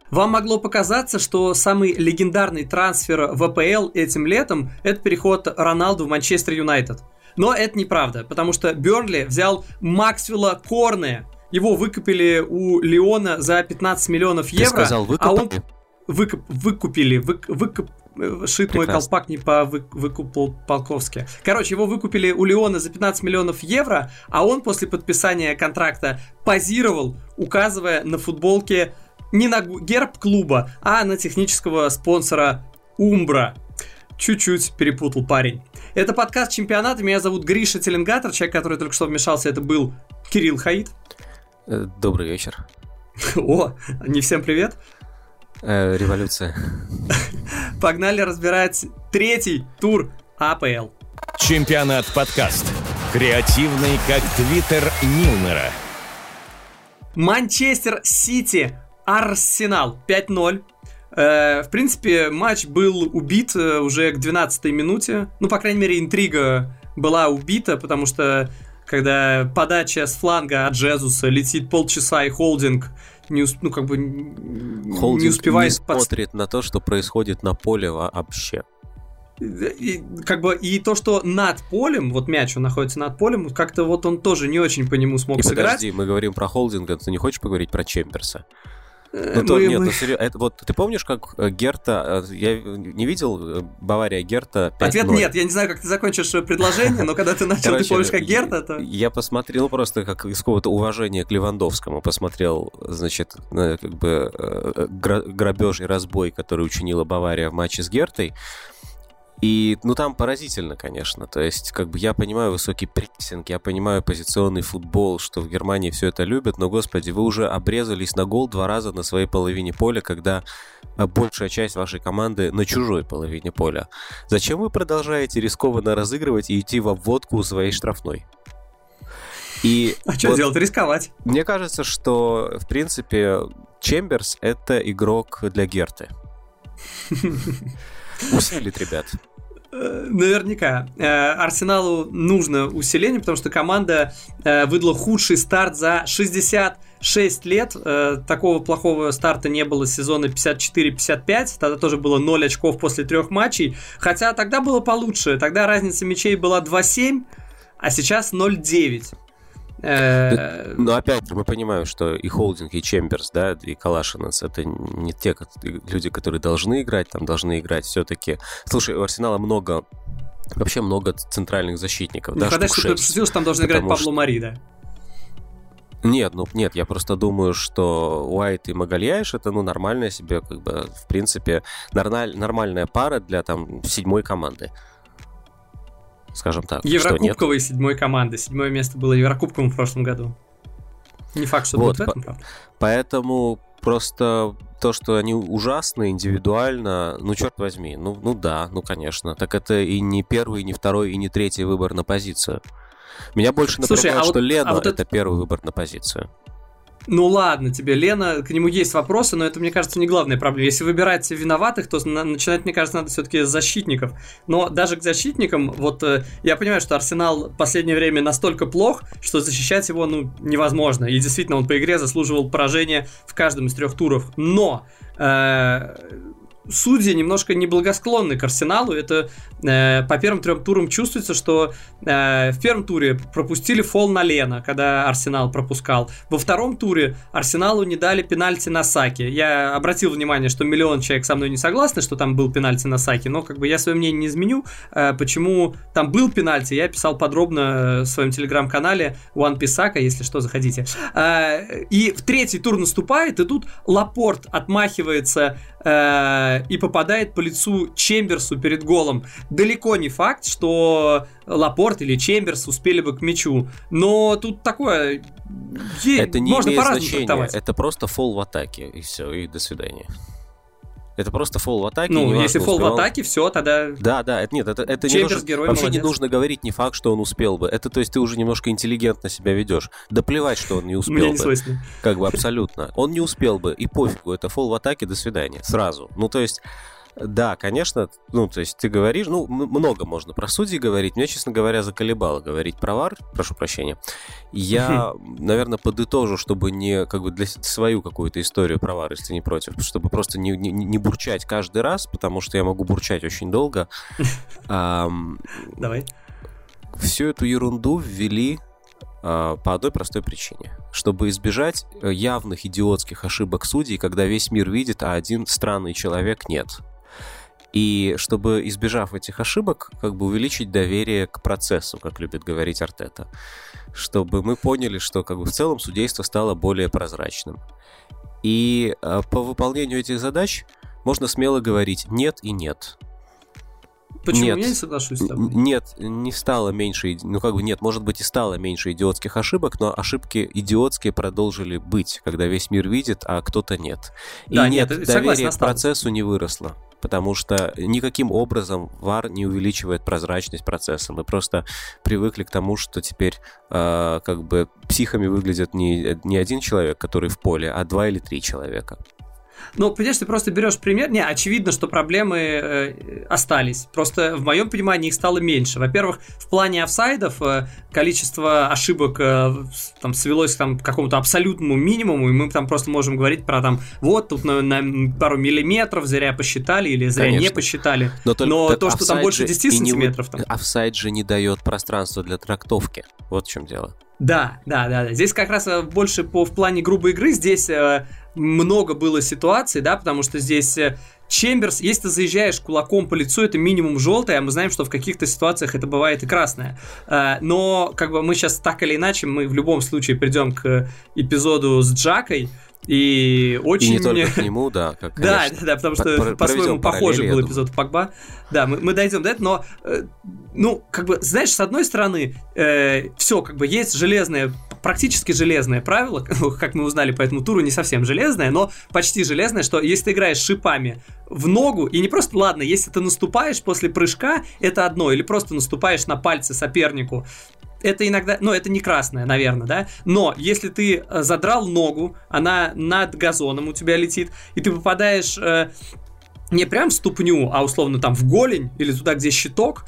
Вам могло показаться, что самый легендарный трансфер в АПЛ этим летом – это переход Роналду в Манчестер Юнайтед. Но это неправда, потому что Бернли взял Максвелла Корне. Его выкупили у Лиона за 15 миллионов евро. Ты сказал выкупили? Выкупили. Шит мой колпак не по-полковски. Короче, его выкупили у Лиона за 15 миллионов евро, а он после подписания контракта позировал, указывая на футболке не на герб клуба, а на технического спонсора Умбра. Чуть-чуть перепутал парень. Это подкаст «Чемпионат». Меня зовут Гриша Теленгатор. Человек, который только что вмешался, это был Кирилл Хаид. Добрый вечер. О, не всем привет. Революция. Погнали разбирать третий тур АПЛ. Чемпионат подкаст. Креативный, как твиттер Нилнера. Манчестер Сити, Арсенал 5-0. В принципе, матч был убит уже к 12-й минуте. Ну, по крайней мере, интрига была убита, потому что когда подача с фланга от Джезуса летит полчаса и Холдинг не успевает... не смотрит на то, что происходит на поле вообще. И то, что над полем, вот мяч, он находится над полем, как-то вот он тоже не очень по нему смог сыграть. Подожди, мы говорим про Холдинга, ты не хочешь поговорить про Чемберса? Вот ты помнишь, как Герта, я не видел Бавария Герта 5-0? Ответ нет, я не знаю, как ты закончишь предложение, но когда ты начал, ты помнишь, как Герта, то... Я посмотрел просто как из какого-то уважения к Левандовскому, посмотрел, значит, как бы грабеж и разбой, который учинила Бавария в матче с Гертой. И, там поразительно, конечно. То есть, как бы я понимаю высокий прессинг, я понимаю позиционный футбол, что в Германии все это любят, но, господи, вы уже обрезались на гол 2 раза на своей половине поля, когда большая часть вашей команды на чужой половине поля. Зачем вы продолжаете рискованно разыгрывать и идти в обводку у своей штрафной? Что делать? Рисковать. Мне кажется, что, в принципе, Чемберс — это игрок для Герты. Усилит ребят. Наверняка. Арсеналу нужно усиление, потому что команда выдала худший старт за 66 лет. Такого плохого старта не было с сезона 54-55. Тогда тоже было 0 очков после 3 матчей. Хотя тогда было получше. Тогда разница мячей была 2-7, а сейчас 0-9. Но опять же, мы понимаем, что и Холдинг, и Чемберс, да, и Калашинас — это не те люди, которые должны играть, там должны играть все-таки. Слушай, у Арсенала много центральных защитников. Ну, когда что-то пошутил, что там должен играть Пабло Мари, да? Нет, я просто думаю, что Уайт и Магальяеш — это, нормальная себе, как бы, в принципе, нормальная пара для, 7-й команды. Скажем так. Еврокубковой 7-й команды. 7-е место было Еврокубковым в прошлом году. Не факт, что будет в этом, правда. Поэтому просто то, что они ужасны индивидуально, черт возьми, да, конечно. Так это и не первый, и не второй, и не третий выбор на позицию. Меня больше напрягает, что Лено — это первый выбор на позицию. Ну ладно тебе, Лена, к нему есть вопросы, но это, мне кажется, не главная проблема. Если выбирать виноватых, то начинать, мне кажется, надо все-таки с защитников. Но даже к защитникам, я понимаю, что Арсенал в последнее время настолько плох, что защищать его, невозможно. И действительно, он по игре заслуживал поражения в каждом из 3 туров. Но... судьи немножко неблагосклонны к Арсеналу. Это по первым 3 турам чувствуется, что в первом туре пропустили фол на Лена, когда Арсенал пропускал. Во втором туре Арсеналу не дали пенальти на Саки. Я обратил внимание, что миллион человек со мной не согласны, что там был пенальти на Саки, но я свое мнение не изменю. Почему там был пенальти, я писал подробно в своем телеграм-канале One Piece Saka, если что, заходите. И в 3-й тур наступает, и тут Лапорт отмахивается и попадает по лицу Чемберсу перед голом. Далеко не факт, что Лапорт или Чемберс успели бы к мячу. Но тут такое... Это не можно имеет по-разному значения. трактовать. Это просто фол в атаке, и все, и до свидания. Это просто фол в атаке. Если фол в атаке, все, тогда... Да, это Чемберс герой, вообще молодец. не нужно говорить не факт, что он успел бы. Это, то есть, ты уже немножко интеллигентно себя ведешь. Да плевать, что он не успел Мне бы. не свойственно. Как бы абсолютно. Он не успел бы, и пофигу, это фол в атаке, до свидания. Сразу. То есть, Да, конечно, ну, то есть ты говоришь, ну, много можно про судей говорить, меня, честно говоря, заколебало говорить про ВАР, прошу прощения. Я, наверное, подытожу, чтобы не, как бы, для свою какую-то историю про ВАР, если не против, чтобы просто не бурчать каждый раз, потому что я могу бурчать очень долго. Давай. Всю эту ерунду ввели по одной простой причине. Чтобы избежать явных идиотских ошибок судей, когда весь мир видит, а один странный человек нет. И чтобы, избежав этих ошибок, как бы увеличить доверие к процессу, как любит говорить Артета. Чтобы мы поняли, что как бы в целом судейство стало более прозрачным. И по выполнению этих задач можно смело говорить «нет» и «нет». Почему? Нет, я не соглашусь с тобой. Нет, не стало меньше, ну как бы нет, может быть и стало меньше идиотских ошибок, но ошибки идиотские продолжили быть, когда весь мир видит, а кто-то нет. Да, и нет, согласен, доверие к осталось. процессу не выросло, потому что никаким образом ВАР не увеличивает прозрачность процесса. Мы привыкли к тому, что теперь как бы психами выглядит не один человек, который в поле, а 2 или 3 человека. Ну, понимаешь, ты просто берешь пример. Не, очевидно, что проблемы остались. Просто в моем понимании их стало меньше. Во-первых, в плане офсайдов количество ошибок там свелось к какому-то абсолютному минимуму, и мы там просто можем говорить про там, вот тут на пару миллиметров зря посчитали или зря не посчитали. Но то, что там больше 10 сантиметров... Офсайд же не дает пространства для трактовки. Вот в чем дело. Да. Здесь как раз больше в плане грубой игры. Здесь много было ситуаций, да, потому что здесь Чемберс, если ты заезжаешь кулаком по лицу, это минимум желтое, а мы знаем, что в каких-то ситуациях это бывает и красное. Но как бы мы сейчас так или иначе, мы в любом случае придем к эпизоду с Джакой. И очень... И не только к нему, да. Да, потому что по-своему похожий был эпизод Погба. Да, мы дойдем до этого, но, ну, как бы, знаешь, с одной стороны, все, как бы, есть железное, практически железное правило, как мы узнали по этому туру, не совсем железное, но почти железное, что если ты играешь шипами в ногу, и не просто, ладно, если ты наступаешь после прыжка, это одно, или просто наступаешь на пальцы сопернику, это иногда, ну, это не красное, наверное, да, но если ты задрал ногу, она над газоном у тебя летит, и ты попадаешь не прям в ступню, а условно там в голень или туда, где щиток,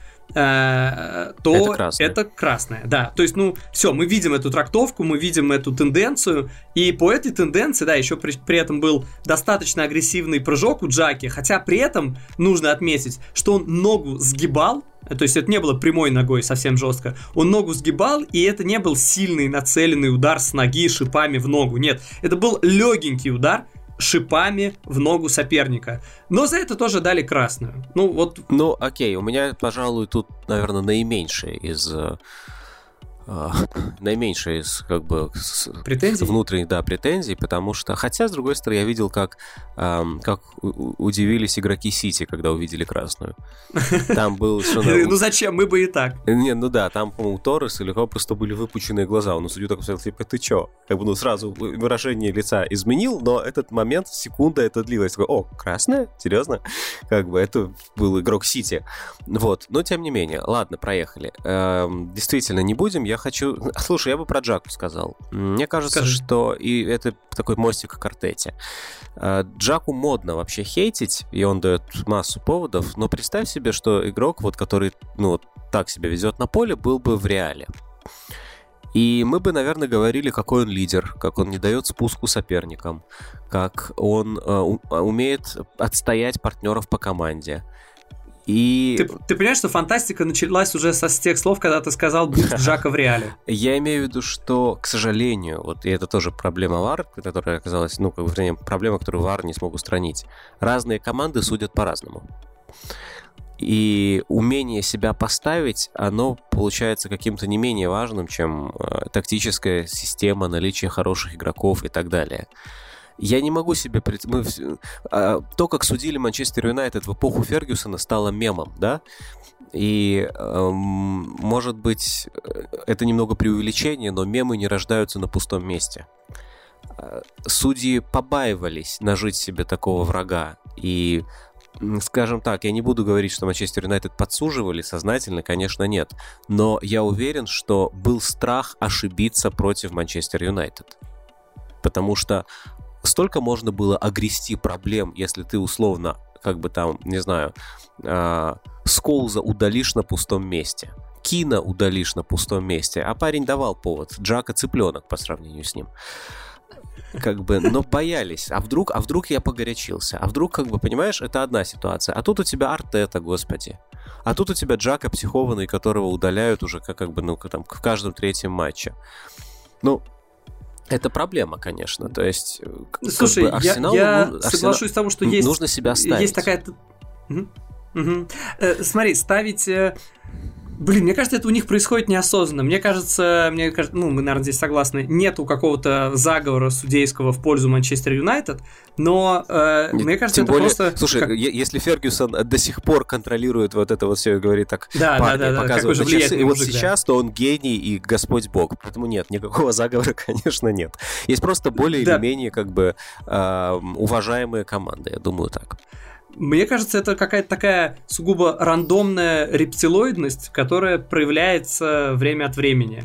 то это красное, да. То есть, ну, все, мы видим эту трактовку, мы видим эту тенденцию, и по этой тенденции, да, еще при этом был достаточно агрессивный прыжок у Джаки, хотя при этом нужно отметить, что он ногу сгибал, то есть это не было прямой ногой совсем жестко, он ногу сгибал, и это не был сильный нацеленный удар с ноги шипами в ногу, нет, это был легенький удар шипами в ногу соперника. Но за это тоже дали красную. Ну, вот... Ну, окей, у меня, пожалуй, тут, наверное, наименьшее из как бы претензий? Внутренних, да, претензий, потому что, хотя, с другой стороны, я видел, как удивились игроки Сити, когда увидели красную. Там был... Ну зачем, мы бы и так. Не, ну да, там, по-моему, Торрес или у кого просто были выпученные глаза, он на судью такой сказал, типа, ты чё? Как бы, ну, сразу выражение лица изменил, но этот момент, секунда это длилось. Такой, о, красная? Серьезно? Как бы, это был игрок Сити. Вот, но тем не менее, ладно, проехали. Действительно, не будем, я хочу... Слушай, я бы про Джаку сказал. Мне кажется, что... И это такой мостик к Артете. Джаку модно вообще хейтить, и он дает массу поводов, но представь себе, что игрок, вот, который, ну, так себя ведет на поле, был бы в реале. И мы бы, наверное, говорили, какой он лидер, как он не дает спуску соперникам, как он умеет отстоять партнеров по команде. И... Ты понимаешь, что фантастика началась уже с тех слов, когда ты сказал «будь Джака в реале». Я имею в виду, что, к сожалению, вот и это тоже проблема ВАР, которая оказалась, ну, как бы, проблема, которую ВАР не смог устранить. Разные команды судят по-разному. И умение себя поставить, оно получается каким-то не менее важным, чем тактическая система, наличие хороших игроков и так далее. Я не могу себе представить... То, как судили Манчестер Юнайтед в эпоху Фергюсона, стало мемом, да? И, может быть, это немного преувеличение, но мемы не рождаются на пустом месте. Судьи побаивались нажить себе такого врага. И, скажем так, я не буду говорить, что Манчестер Юнайтед подсуживали сознательно, конечно, нет. Но я уверен, что был страх ошибиться против Манчестер Юнайтед. Потому что столько можно было огрести проблем, если ты условно как бы там, не знаю, Сколза удалишь на пустом месте, Кина удалишь на пустом месте, а парень давал повод, Джака цыпленок по сравнению с ним. Как бы, но боялись. А вдруг я погорячился? А вдруг, как бы, понимаешь, это одна ситуация. А тут у тебя Артета, господи. А тут у тебя Джака психованный, которого удаляют уже как бы, ну, там, в каждом третьем матче. Ну, это проблема, конечно. То есть, слушай, как бы Арсеналу, я соглашусь с тому, что есть... Нужно себя ставить. Есть такая... Смотри, ставить... Блин, мне кажется, это у них происходит неосознанно. Мне кажется, ну, мы, наверное, здесь согласны, нету какого-то заговора судейского в пользу Манчестер Юнайтед, но мне кажется, это более, просто... Слушай, если Фергюсон до сих пор контролирует вот это вот все и говорит так, парни, показывает на часы, и вот сейчас, то он гений и Господь Бог. Поэтому нет, никакого заговора, конечно, нет. Есть просто более или менее как бы уважаемые команды, я думаю так. Мне кажется, это какая-то такая сугубо рандомная рептилоидность, которая проявляется время от времени.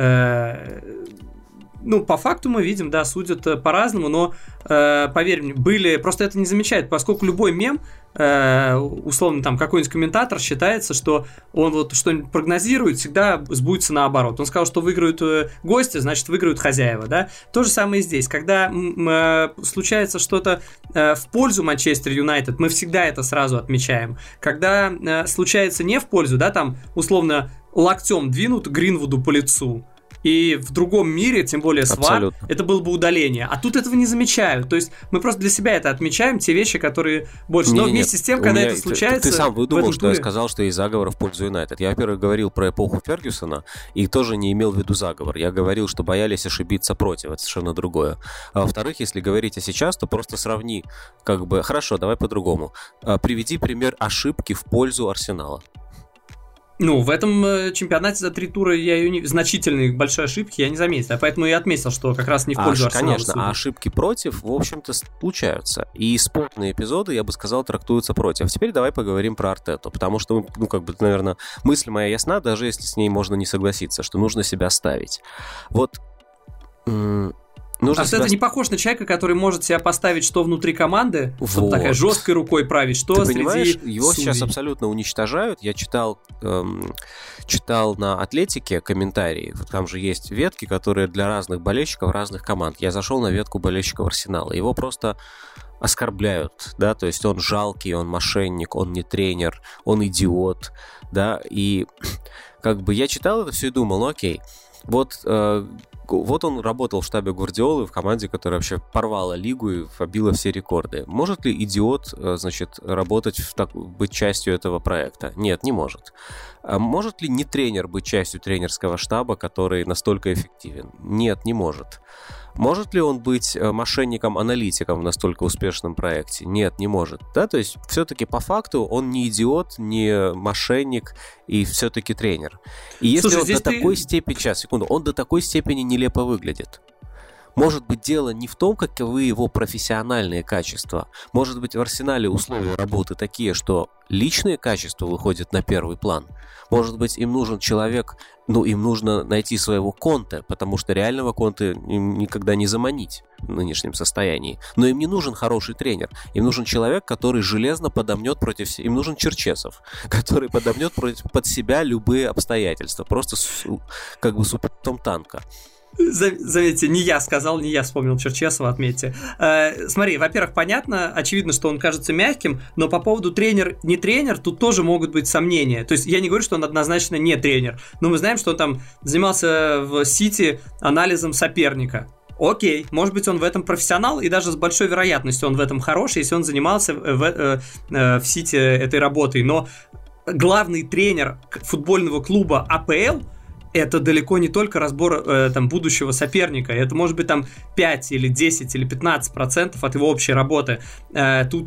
Ну, по факту мы видим, да, судят по-разному, но, поверь мне, были... Просто это не замечают, поскольку любой мем, условно, там, какой-нибудь комментатор считается, что он вот что-нибудь прогнозирует, всегда сбудется наоборот. Он сказал, что выиграют гости, значит, выиграют хозяева, да? То же самое и здесь. Когда случается что-то в пользу Манчестер Юнайтед, мы всегда это сразу отмечаем. Когда случается не в пользу, да, там, условно, локтем двинут Гринвуду по лицу, и в другом мире, тем более с ВАР, это было бы удаление. А тут этого не замечают. То есть мы просто для себя это отмечаем, те вещи, которые больше. Но вместе с тем, когда это случается... Ты сам выдумал, что я сказал, что есть заговор в пользу Юнайтед. Я, во-первых, говорил про эпоху Фергюсона и тоже не имел в виду заговор. Я говорил, что боялись ошибиться против. Это совершенно другое. А во-вторых, если говорить о сейчас, то просто сравни, как бы... Хорошо, давай по-другому. Приведи пример ошибки в пользу Арсенала. Ну, в этом чемпионате за 3 тура я ее значительной большой ошибки я не заметил. Поэтому я отметил, что как раз не в пользу Арсенала. Конечно, а ошибки против, в общем-то, случаются. И спорные эпизоды, я бы сказал, трактуются против. Теперь давай поговорим про Артету. Потому что, ну, как бы, наверное, мысль моя ясна, даже если с ней можно не согласиться, что нужно себя ставить. Вот... Артета не похож на человека, который может себя поставить что внутри команды, чтобы такая жесткой рукой править, что ты среди понимаешь, его судей. Сейчас абсолютно уничтожают. Я читал на Атлетике комментарии. Там же есть ветки, которые для разных болельщиков разных команд. Я зашел на ветку болельщиков Арсенала. Его просто оскорбляют, да, то есть он жалкий, он мошенник, он не тренер, он идиот, да, и как бы я читал это все и думал, ну окей, вот он работал в штабе Гвардиолы в команде, которая вообще порвала лигу и побила все рекорды. Может ли идиот, значит, работать, быть частью этого проекта? Нет, не может. А может ли не тренер быть частью тренерского штаба, который настолько эффективен? Нет, не может. Может ли он быть мошенником-аналитиком в настолько успешном проекте? Нет, не может. Да, то есть все-таки по факту он не идиот, не мошенник и все-таки тренер. И если он до такой степени... Сейчас, секунду. Он до такой степени нелепо выглядит. Может быть, дело не в том, каковы его профессиональные качества. Может быть, в Арсенале условия работы такие, что личные качества выходят на первый план. Может быть, им нужен человек, им нужно найти своего Конте, потому что реального Конте им никогда не заманить в нынешнем состоянии. Но им не нужен хороший тренер. Им нужен человек, который железно подомнет против себя. Им нужен Черчесов, который подомнет под себя любые обстоятельства. Просто как бы супером танка. Заметьте, не я сказал, не я вспомнил Черчесова, отметьте. Смотри, во-первых, понятно, очевидно, что он кажется мягким, но по поводу тренер, не тренер, тут тоже могут быть сомнения. То есть я не говорю, что он однозначно не тренер, но мы знаем, что он там занимался в Сити анализом соперника. Окей, может быть, он в этом профессионал, и даже с большой вероятностью он в этом хороший, если он занимался в Сити этой работой. Но главный тренер футбольного клуба АПЛ — это далеко не только разбор там, будущего соперника. Это может быть там 5 или 10 или 15% от его общей работы. Тут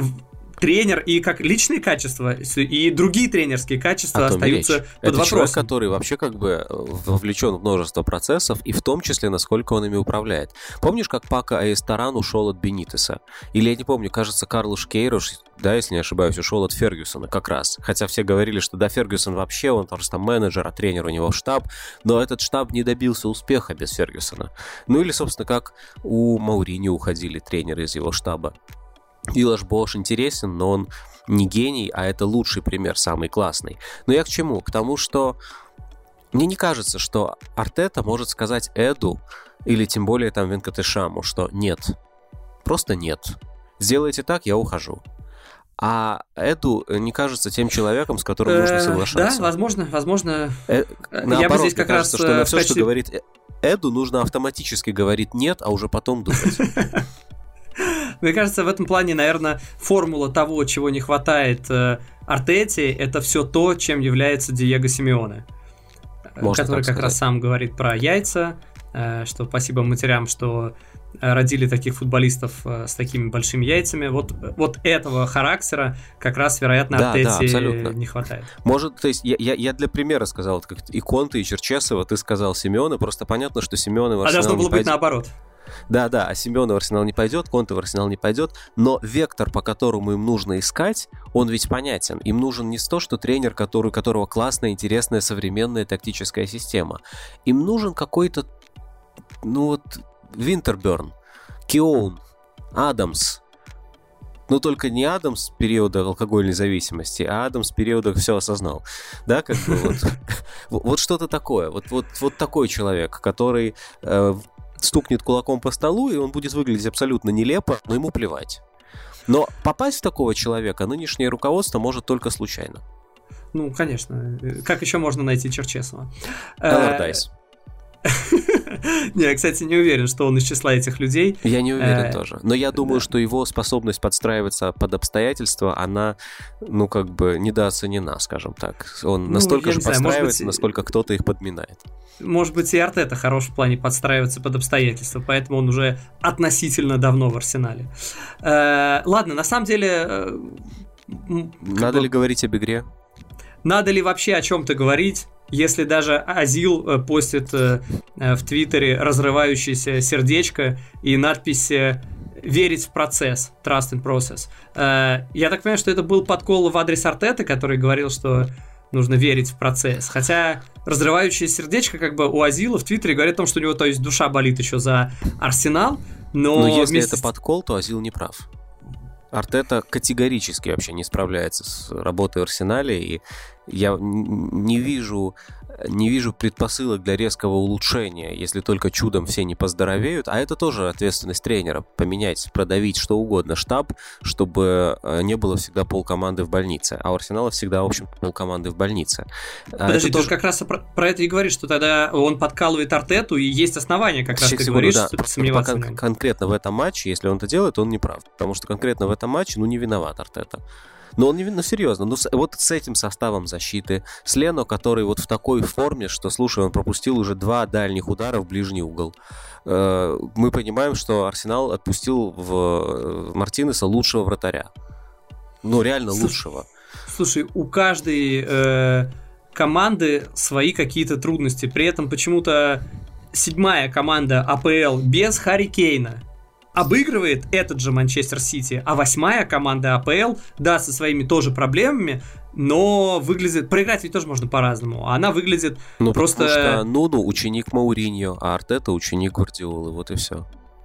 тренер и как личные качества, и другие тренерские качества остаются под вопросом. Это человек, который вообще как бы вовлечен в множество процессов, и в том числе, насколько он ими управляет. Помнишь, как Пако Аэстаран ушел от Бенитеса? Или, я не помню, кажется, Карлош Кейрош, да, если не ошибаюсь, ушел от Фергюсона как раз. Хотя все говорили, что да, Фергюсон вообще, он просто менеджер, а тренер у него штаб, но этот штаб не добился успеха без Фергюсона. Ну или, собственно, как у Мауриньо уходили тренеры из его штаба. Виллаш Бош интересен, но он не гений, а это лучший пример, самый классный. Но я к чему? К тому, что мне не кажется, что Артета может сказать Эду или тем более там Венкатешаму, что нет, просто нет. Сделайте так, я ухожу. А Эду не кажется тем человеком, с которым нужно соглашаться. Да, возможно. Наоборот, я бы здесь как кажется, раз что на все, что говорит Эду, нужно автоматически говорить нет, а уже потом думать. Мне кажется, в этом плане, наверное, формула того, чего не хватает Артете, это все то, чем является Диего Симеоне. Который как раз сам говорит про яйца, что спасибо матерям, что родили таких футболистов с такими большими яйцами. Вот этого характера как раз, вероятно, Артете не хватает. Может, то есть я для примера сказал, как и Конте, и Черчесова, ты сказал Симеоне, просто понятно, что Симеоне в Арсенал должно было быть наоборот. Да, а Симеоне в Арсенал не пойдет, Конте в Арсенал не пойдет, но вектор, по которому им нужно искать, он ведь понятен. Им нужен не то, что тренер, у которого классная, интересная, современная тактическая система. Им нужен какой-то, Винтерберн, Киоун, Адамс. Но только не Адамс периода алкогольной зависимости, а Адамс периода все осознал. Да, как бы вот что-то такое. Вот такой человек, который стукнет кулаком по столу, и он будет выглядеть абсолютно нелепо, но ему плевать. Но попасть в такого человека нынешнее руководство может только случайно. Ну, конечно. Как еще можно найти Черчесова? Алlardyce. Не, я, кстати, не уверен, что он из числа этих людей. Я не уверен тоже. Но я думаю, что его способность подстраиваться под обстоятельства, она, недооценена, скажем так. Он настолько же подстраивается, насколько кто-то их подминает. Может быть, и Артета хорош в плане подстраиваться под обстоятельства, поэтому он уже относительно давно в Арсенале. Ладно, на самом деле... Надо ли говорить об игре? Надо ли вообще о чем-то говорить? Если даже Азил постит в Твиттере разрывающееся сердечко и надпись «Верить в процесс», «Trust in process». Я так понимаю, что это был подкол в адрес Артеты, который говорил, что нужно верить в процесс. Хотя разрывающее сердечко у Азила в Твиттере говорит о том, что у него, то есть, душа болит еще за Арсенал. Но если это подкол, то Азил не прав. Артета категорически вообще не справляется с работой в Арсенале, и я не вижу предпосылок для резкого улучшения, если только чудом все не поздоровеют, а это тоже ответственность тренера, поменять, продавить что угодно штаб, чтобы не было всегда полкоманды в больнице, а у Арсенала всегда, в общем, полкоманды в больнице. Подожди, ты тоже как раз про это и говоришь, что тогда он подкалывает Артету, и есть основания, как раз ты говоришь, что сомневаться в нем. Конкретно в этом матче, если он это делает, он не прав, потому что конкретно в этом матче, не виноват Артета. Но он не серьезно. Вот с этим составом защиты, с Лено, который вот в такой форме, что, слушай, он пропустил уже 2 дальних удара в ближний угол. Мы понимаем, что Арсенал отпустил в Мартинеса лучшего вратаря. Реально лучшего. Слушай, у каждой команды свои какие-то трудности. При этом почему-то 7-я команда АПЛ без Харри Кейна обыгрывает этот же Манчестер Сити, а 8-я команда АПЛ, да, со своими тоже проблемами, но выглядит... Проиграть ведь тоже можно по-разному, а она выглядит просто... Потому что Нуну ученик Мауриньо, а Артета ученик Гвардиолы, вот и все.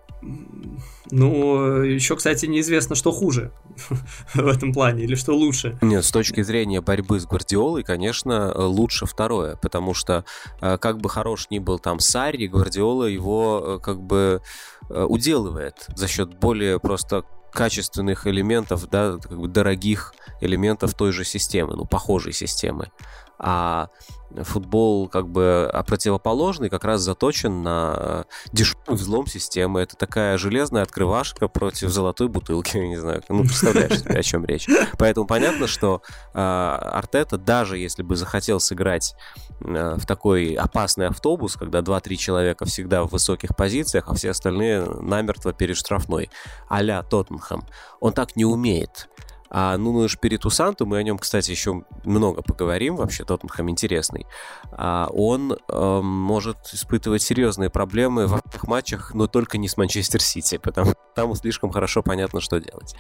Еще, кстати, неизвестно, что хуже в этом плане, или что лучше. Нет, с точки зрения борьбы с Гвардиолой, конечно, лучше второе, потому что, как бы хорош ни был там Сарри, Гвардиола его уделывает за счет более просто качественных элементов, да, дорогих элементов той же системы, похожей системы. А футбол противоположный как раз заточен на дешевый взлом системы. Это такая железная открывашка против золотой бутылки, я не знаю, представляешь себе, о чем речь. Поэтому понятно, что Артета, даже если бы захотел сыграть в такой опасный автобус, когда 2-3 человека всегда в высоких позициях, а все остальные намертво перед штрафной, а-ля Тоттенхэм, он так не умеет. А Нуну Эшпириту Санту, мы о нем, кстати, еще много поговорим, вообще Тоттенхэм интересный, он может испытывать серьезные проблемы в матчах, но только не с Манчестер Сити, потому что там слишком хорошо понятно, что делать.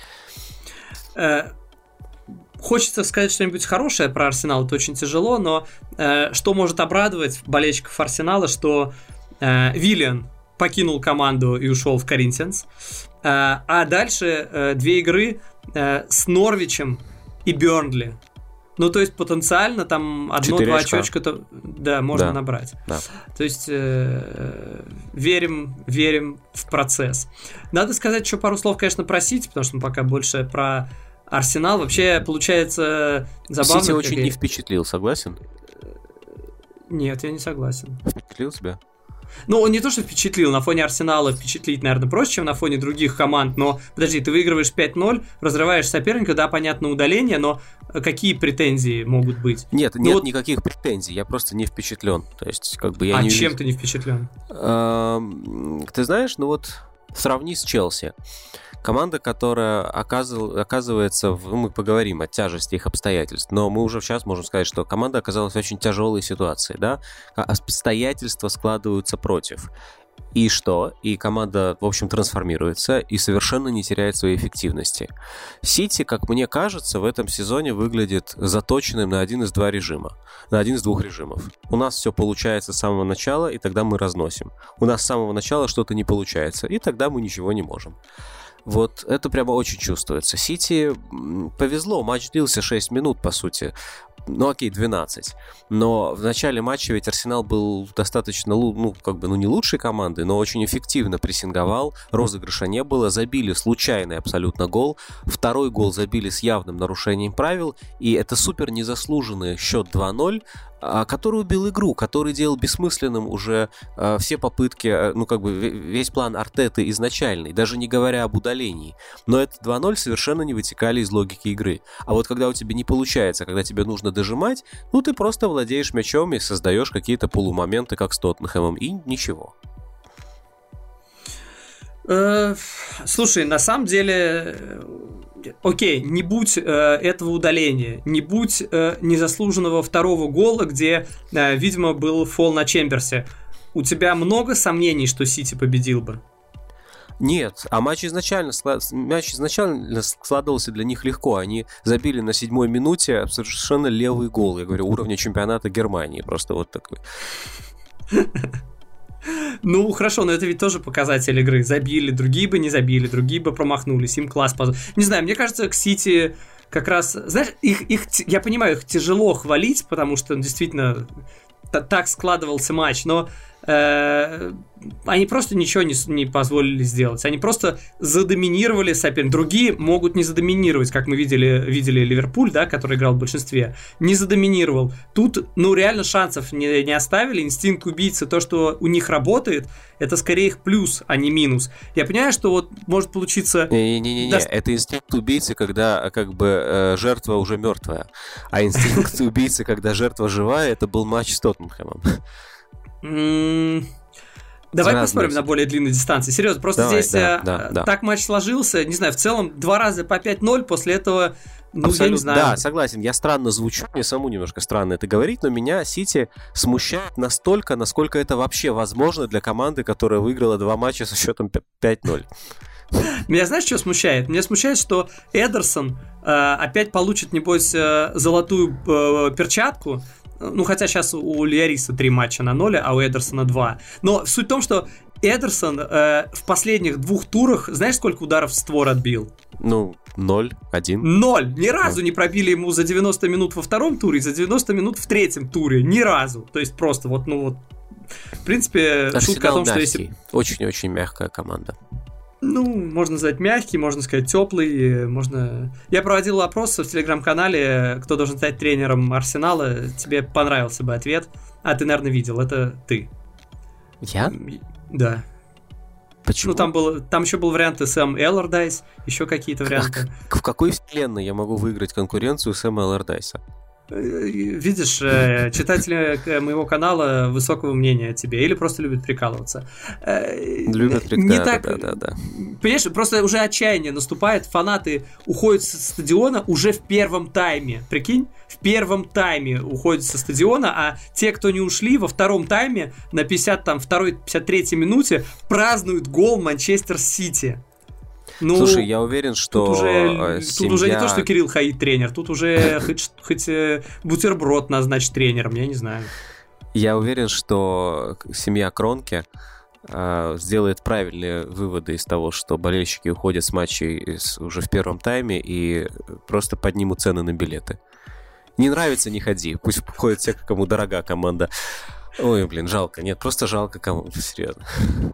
Хочется сказать что-нибудь хорошее про Арсенал, это очень тяжело, но что может обрадовать болельщиков Арсенала, что Виллиан покинул команду и ушел в Коринтианс. А дальше 2 игры с Норвичем и Бёрнли. Ну, то есть, потенциально там 1-2 очечка-то, да, можно набрать. Да. То есть, верим в процесс. Надо сказать еще пару слов, конечно, про Сити, потому что мы пока больше про Арсенал. Вообще, получается, забавно. Сити очень не впечатлил, согласен? Нет, я не согласен. Впечатлил тебя? Ну, он не то, что впечатлил, на фоне Арсенала впечатлить, наверное, проще, чем на фоне других команд, но, подожди, ты выигрываешь 5-0, разрываешь соперника, да, понятно, удаление, но какие претензии могут быть? Нет никаких претензий, я просто не впечатлен, то есть, как бы я не... чем ты не впечатлен? Ты знаешь, ну вот, сравни с Челси. Команда, которая оказывается, мы поговорим о тяжести их обстоятельств, но мы уже сейчас можем сказать, что команда оказалась в очень тяжелой ситуации, да? Обстоятельства складываются против. И что? И команда, в общем, трансформируется и совершенно не теряет своей эффективности. Сити, как мне кажется, в этом сезоне выглядит заточенным на один из двух режимов. У нас все получается с самого начала, и тогда мы разносим. У нас с самого начала что-то не получается, и тогда мы ничего не можем. Вот это прямо очень чувствуется. Сити повезло, матч длился 6 минут, по сути. Ну, окей, 12. Но в начале матча ведь Арсенал был достаточно, не лучшей командой, но очень эффективно прессинговал, розыгрыша не было, забили случайный абсолютно гол. Второй гол забили с явным нарушением правил, и это супер незаслуженный счет 2-0, который убил игру, который делал бессмысленным уже все попытки, весь план Артеты изначальный, даже не говоря об удалении. Но это 2-0 совершенно не вытекали из логики игры. А вот когда у тебя не получается, когда тебе нужно дожимать, ты просто владеешь мячом и создаешь какие-то полумоменты, как с Тоттенхэмом, и ничего. Слушай, на самом деле... Окей, не будь этого удаления, не будь незаслуженного второго гола, где, видимо, был фол на Чемберсе, у тебя много сомнений, что Сити победил бы? Нет, а матч изначально складывался для них легко. Они забили на 7-й минуте совершенно левый гол, я говорю, уровня чемпионата Германии, просто вот такой. Ну, хорошо, но это ведь тоже показатель игры. Забили, другие бы не забили, другие бы промахнулись, им класс позор. Не знаю, мне кажется, к Сити как раз... Знаешь, я понимаю, их тяжело хвалить, потому что действительно так складывался матч, но они просто ничего не позволили сделать. Они просто задоминировали соперника. Другие могут не задоминировать, как мы видели Ливерпуль, да, который играл в большинстве. Не задоминировал. Тут, реально шансов не оставили. Инстинкт убийцы, то, что у них работает, это скорее их плюс, а не минус. Я понимаю, что вот может получиться... Не-не-не, это инстинкт убийцы, когда жертва уже мертвая. А инстинкт убийцы, когда жертва живая, это был матч с Тоттенхэмом. Давай посмотрим на более длинной дистанции. Серьезно, просто здесь так матч сложился. Не знаю, в целом 2 раза по 5-0, после этого, я не знаю. Да, согласен, я странно звучу, мне самому немножко странно это говорить, но меня Сити смущает настолько, насколько это вообще возможно для команды, которая выиграла 2 матча со счетом 5-0. Меня, знаешь, что смущает? Меня смущает, что Эдерсон опять получит, небось, золотую перчатку. Хотя сейчас у Льяриса 3 матча на 0, а у Эдерсона 2. Но суть в том, что Эдерсон в последних 2 турах, знаешь, сколько ударов в створ отбил? 0, 1. 0! Ни разу не пробили ему за 90 минут во втором туре и за 90 минут в третьем туре. Ни разу. То есть просто в принципе, Арсенал шутка о том, мягкий. что если... Очень-очень мягкая команда. Можно сказать мягкий, можно сказать теплый, можно... Я проводил опрос в телеграм-канале, кто должен стать тренером Арсенала. Тебе понравился бы ответ. А ты, наверное, видел, это ты. Я? Да. Почему? Там еще был вариант Сэм Эллардайс, еще какие-то варианты. В какой вселенной я могу выиграть конкуренцию Сэма Эллардайса? Видишь, читатели моего канала высокого мнения о тебе или просто любят прикалываться. Любят прикалываться, да. Понимаешь, просто уже отчаяние наступает, фанаты уходят со стадиона уже в первом тайме. Прикинь, в первом тайме уходят со стадиона, а те, кто не ушли, во втором тайме на 52-53 минуте празднуют гол Манчестер Сити. Слушай, я уверен, что тут уже не то, что Кирилл Хаид тренер, тут уже хоть бутерброд назначить тренером, я не знаю. Я уверен, что семья Кронке сделает правильные выводы из того, что болельщики уходят с матчей уже в первом тайме и просто поднимут цены на билеты. Не нравится — не ходи. Пусть ходят все, кому дорога команда. Ой, блин, жалко. Нет, просто жалко кому. Серьезно.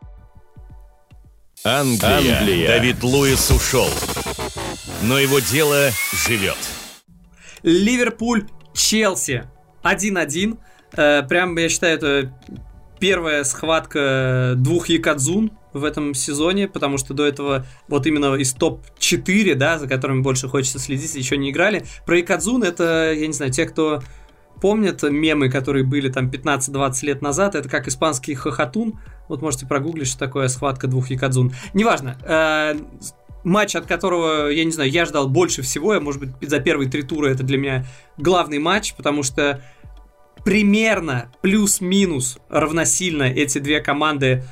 Англия. Давид Луис ушел, но его дело живет. Ливерпуль, Челси 1-1. Прям, я считаю, это первая схватка двух якадзун в этом сезоне, потому что до этого вот именно из топ-4, да, за которыми больше хочется следить, еще не играли. Про якадзун — это, я не знаю, те, кто помнят мемы, которые были там 15-20 лет назад, это как испанский хохотун. Вот можете прогуглить, что такое схватка двух якадзун. Неважно. Матч, от которого, я не знаю, я ждал больше всего. Может быть, за первые 3 тура это для меня главный матч, потому что примерно плюс-минус равносильно эти две команды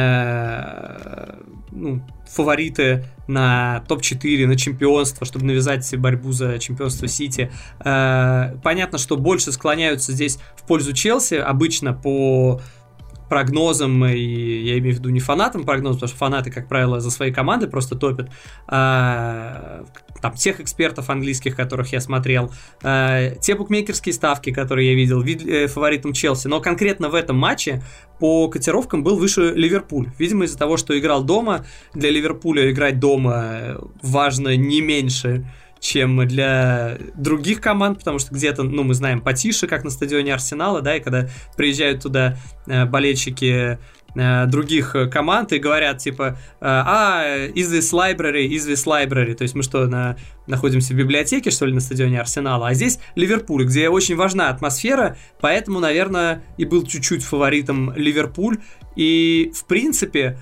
фавориты на топ-4, на чемпионство, чтобы навязать себе борьбу за чемпионство Сити. Понятно, что больше склоняются здесь в пользу Челси, обычно по прогнозам, и я имею в виду не фанатам прогнозов, потому что фанаты, как правило, за свои команды просто топят. Там всех экспертов английских, которых я смотрел, те букмекерские ставки, которые я видел, фаворитом Челси. Но конкретно в этом матче по котировкам был выше Ливерпуль. Видимо, из-за того, что играл дома, для Ливерпуля играть дома важно не меньше, чем для других команд, потому что где-то, мы знаем, потише, как на стадионе Арсенала, да, и когда приезжают туда болельщики других команд и говорят, типа, is this library, то есть мы что, находимся в библиотеке, что ли, на стадионе Арсенала, а здесь Ливерпуль, где очень важна атмосфера, поэтому, наверное, и был чуть-чуть фаворитом Ливерпуль, и, в принципе,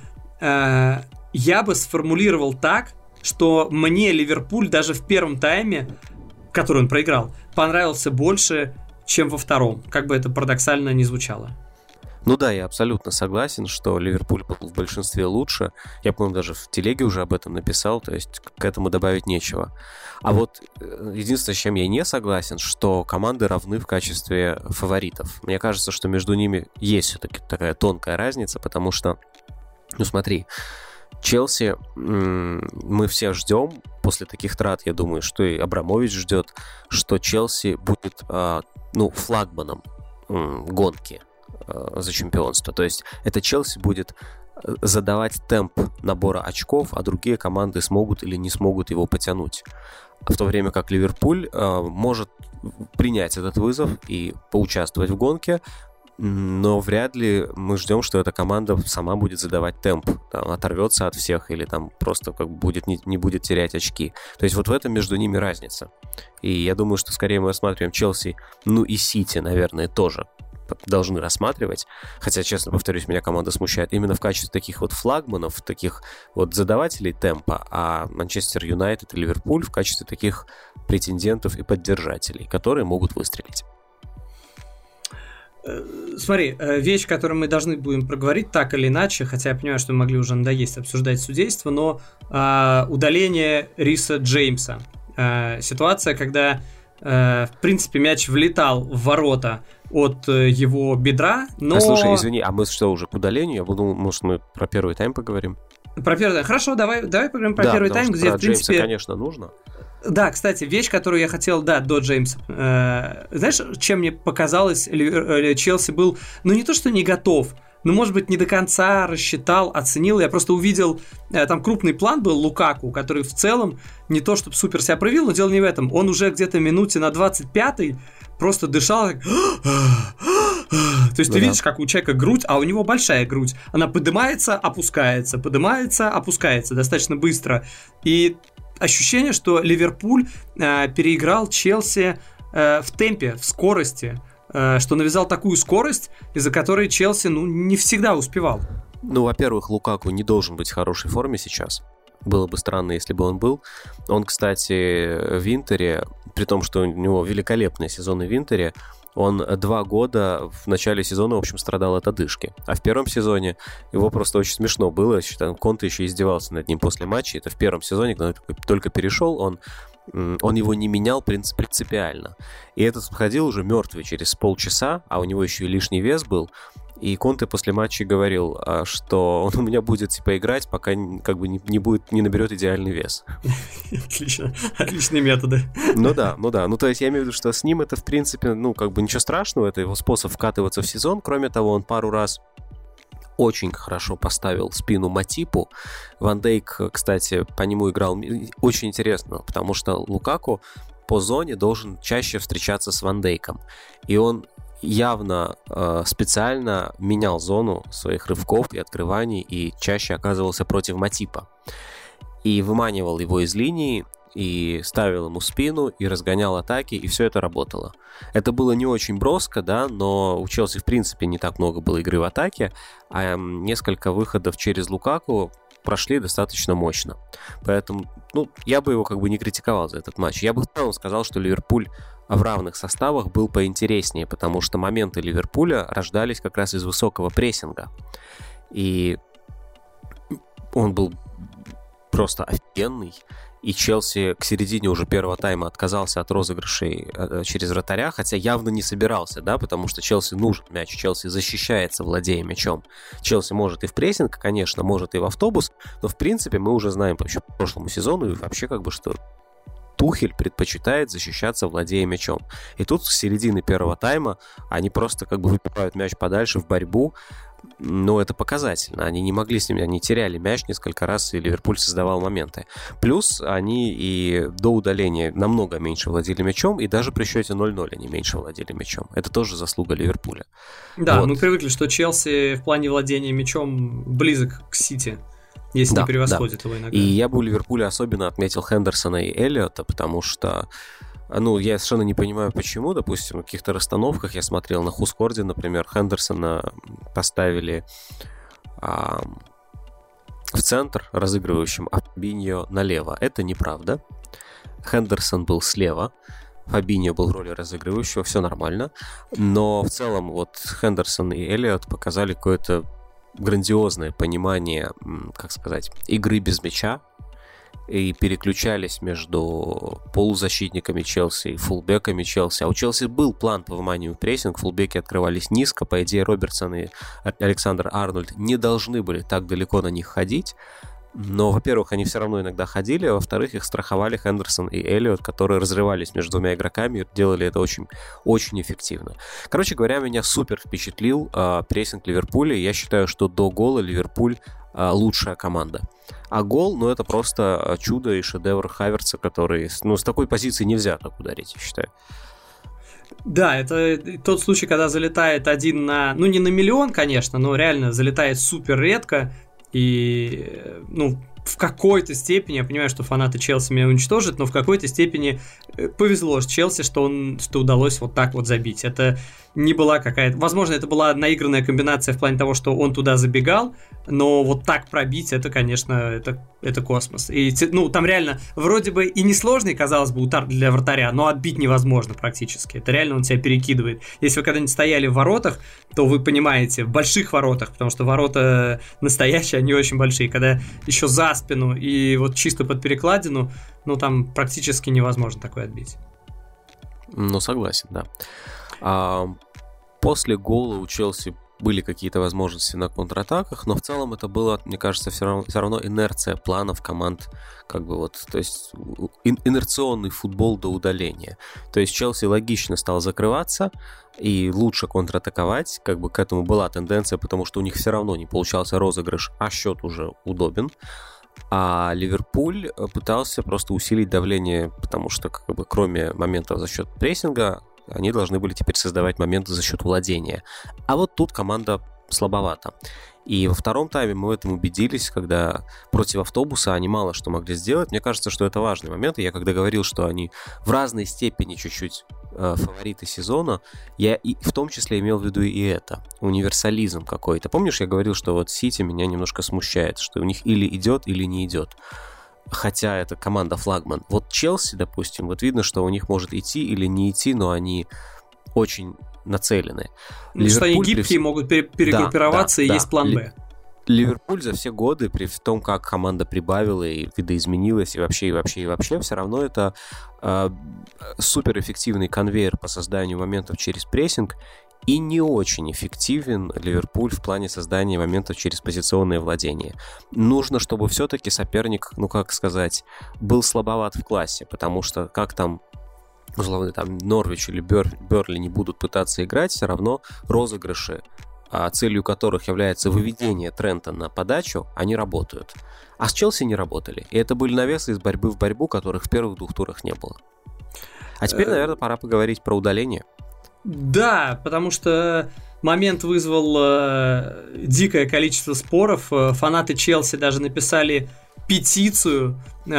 я бы сформулировал так, что мне Ливерпуль даже в первом тайме, который он проиграл, понравился больше, чем во втором, как бы это парадоксально ни звучало. Ну да, я абсолютно согласен, что Ливерпуль был в большинстве лучше. Я, по-моему, даже в телеге уже об этом написал, то есть к этому добавить нечего. А вот единственное, с чем я не согласен, что команды равны в качестве фаворитов. Мне кажется, что между ними есть все-таки такая тонкая разница, потому что, смотри, Челси мы все ждем, после таких трат, я думаю, что и Абрамович ждет, что Челси будет флагманом гонки за чемпионство. То есть это Челси будет задавать темп набора очков, а другие команды смогут или не смогут его потянуть. В то время как Ливерпуль может принять этот вызов и поучаствовать в гонке, но вряд ли мы ждем, что эта команда сама будет задавать темп, там, оторвется от всех или там просто не будет терять очки. То есть вот в этом между ними разница. И я думаю, что скорее мы рассматриваем Челси, и Сити, наверное, тоже должны рассматривать. Хотя, честно повторюсь, меня команда смущает именно в качестве таких вот флагманов, таких вот задавателей темпа, а Манчестер Юнайтед и Ливерпуль в качестве таких претендентов и поддержателей, которые могут выстрелить. Смотри, вещь, которую мы должны будем проговорить так или иначе, хотя я понимаю, что мы могли уже надоесть обсуждать судейство, но удаление Риса Джеймса. Ситуация, когда, в принципе, мяч влетал в ворота от его бедра, но... Слушай, извини, а мы что, уже к удалению? Я думал, может, мы про первый тайм поговорим? Про первый тайм. Хорошо, давай поговорим про первый тайм, где, в принципе... Джеймса, конечно, нужно. Да, кстати, вещь, которую я хотел, до Джеймса. Знаешь, чем мне показалось, Челси был, не то что не готов, но, может быть, не до конца рассчитал, оценил. Я просто увидел, там крупный план был Лукаку, который в целом не то чтобы супер себя проявил, но дело не в этом. Он уже где-то минуте на 25-й просто дышал так... То есть ты видишь, как у человека грудь, а у него большая грудь. Она поднимается, опускается достаточно быстро. И ощущение, что Ливерпуль переиграл Челси в темпе, в скорости, что навязал такую скорость, из-за которой Челси не всегда успевал. Во-первых, Лукаку не должен быть в хорошей форме сейчас. Было бы странно, если бы он был. Он, кстати, в Интере, при том, что у него великолепные сезоны в Интере, он 2 года в начале сезона, в общем, страдал от одышки. А в первом сезоне его просто очень смешно было. Конте еще издевался над ним после матча. Это в первом сезоне, когда он только перешел, он его не менял принципиально. И этот подходил уже мертвый через полчаса, а у него еще и лишний вес был. И Конте после матча говорил, что он у меня будет типа играть, пока как бы не наберет идеальный вес. Отлично, отличные методы. Ну да. Ну то есть я имею в виду, что с ним это в принципе, ну как бы ничего страшного, это его способ вкатываться в сезон. Кроме того, он пару раз очень хорошо поставил спину Матипу. Ван Дейк, кстати, по нему играл очень интересно, потому что Лукаку по зоне должен чаще встречаться с Ван Дейком. И он явно специально менял зону своих рывков и открываний и чаще оказывался против Матипа. И выманивал его из линии, и ставил ему спину, и разгонял атаки, и все это работало. Это было не очень броско, да, но у Челси, в принципе, не так много было игры в атаке, а несколько выходов через Лукаку прошли достаточно мощно. Поэтому, ну, я бы его как бы не критиковал за этот матч. Я бы в целом сказал, что Ливерпуль в равных составах был поинтереснее, потому что моменты Ливерпуля рождались как раз из высокого прессинга. И он был просто офигенный. И Челси к середине уже первого тайма отказался от розыгрышей через вратаря, хотя явно не собирался, да, потому что Челси нужен мяч, Челси защищается, владея мячом. Челси может и в прессинг, конечно, может и в автобус, но в принципе мы уже знаем вообще по прошлому сезону и вообще как бы, что Тухель предпочитает защищаться, владея мячом. И тут с середины первого тайма они просто как бы выпивают мяч подальше в борьбу. Но это показательно. Они не могли с ними, они теряли мяч несколько раз, и Ливерпуль создавал моменты. Плюс они и до удаления намного меньше владели мячом, и даже при счете 0-0 они меньше владели мячом. Это тоже заслуга Ливерпуля. Да, вот. Мы привыкли, что Челси в плане владения мячом близок к Сити, если не превосходит его иногда. И я бы у Ливерпуля особенно отметил Хендерсона и Эллиота, потому что я совершенно не понимаю, почему. Допустим, в каких-то расстановках я смотрел на Хускорде, например, Хендерсона поставили в центр разыгрывающим, а Фабиньо налево. Это неправда. Хендерсон был слева, Фабиньо был в роли разыгрывающего, все нормально. Но в целом вот Хендерсон и Эллиот показали какое-то грандиозное понимание, как сказать, игры без мяча, и переключались между полузащитниками Челси и фулбеками Челси. А у Челси был план по выманиванию в прессинг, фулбеки открывались низко, по идее Робертсон и Александр Арнольд не должны были так далеко на них ходить, но, во-первых, они все равно иногда ходили, а во-вторых, их страховали Хендерсон и Эллиот, которые разрывались между двумя игроками и делали это очень, очень эффективно. Короче говоря, меня супер впечатлил прессинг Ливерпуля, и я считаю, что до гола Ливерпуль лучшая команда. А гол, это просто чудо и шедевр Хаверца, который, с такой позиции нельзя так ударить, я считаю. Да, это тот случай, когда залетает один на, не на миллион, конечно, но реально залетает супер редко, и, в какой-то степени, я понимаю, что фанаты Челси меня уничтожат, но в какой-то степени повезло Челси, что удалось вот так вот забить. Это не была какая-то... Возможно, это была наигранная комбинация в плане того, что он туда забегал, но вот так пробить, это, конечно, это космос. И, там реально вроде бы и несложный, казалось бы, удар для вратаря, но отбить невозможно практически. Это реально он тебя перекидывает. Если вы когда-нибудь стояли в воротах, то вы понимаете, в больших воротах, потому что ворота настоящие, они очень большие, когда еще за спину и вот чисто под перекладину, там практически невозможно такое отбить. Согласен, да. После гола у Челси были какие-то возможности на контратаках, но в целом это было, мне кажется, все равно инерция планов команд, то есть инерционный футбол до удаления. То есть Челси логично стал закрываться и лучше контратаковать, к этому была тенденция, потому что у них все равно не получался розыгрыш, а счет уже удобен. А Ливерпуль пытался просто усилить давление, потому что кроме моментов за счет прессинга, они должны были теперь создавать моменты за счет владения. А вот тут команда слабовата. И во втором тайме мы в этом убедились, когда против автобуса они мало что могли сделать. Мне кажется, что это важный момент. И я когда говорил, что они в разной степени чуть-чуть фавориты сезона, я и в том числе имел в виду и это. Универсализм какой-то. Помнишь, я говорил, что вот Сити меня немножко смущает, что у них или идет, или не идет. Хотя это команда флагман. Вот Челси, допустим, вот видно, что у них может идти или не идти, но они очень нацелены. Что они гибкие, могут перегруппироваться, и есть план Б. Ливерпуль за все годы, при том, как команда прибавила и видоизменилась, и вообще, все равно это суперэффективный конвейер по созданию моментов через прессинг. и не очень эффективен Ливерпуль в плане создания моментов через позиционное владение. Нужно, чтобы все-таки соперник, был слабоват в классе, потому что как там, условно, там Норвич или Бернли не будут пытаться играть, все равно розыгрыши, целью которых является выведение Трента на подачу, они работают. А с Челси не работали. И это были навесы из борьбы в борьбу, которых в первых 2 турах не было. А теперь, наверное, пора поговорить про удаление. Да, потому что момент вызвал дикое количество споров. Фанаты Челси даже написали петицию.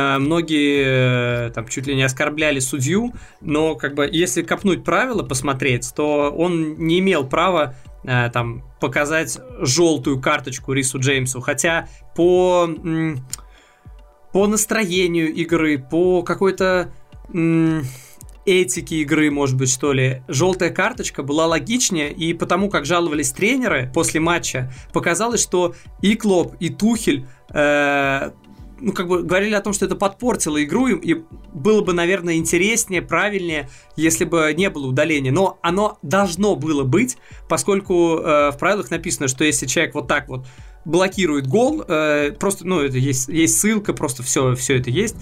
Многие там чуть ли не оскорбляли судью. Но если копнуть правила, посмотреть, то он не имел права там показать желтую карточку Рису Джеймсу. Хотя по настроению игры, по какой-то этики игры, может быть, что ли, желтая карточка была логичнее, и потому как жаловались тренеры после матча, показалось, что и Клоп, и Тухель говорили о том, что это подпортило игру, и было бы, наверное, интереснее, правильнее, если бы не было удаления. Но оно должно было быть, поскольку в правилах написано, что если человек вот так вот блокирует гол, просто, это есть ссылка, просто все это есть.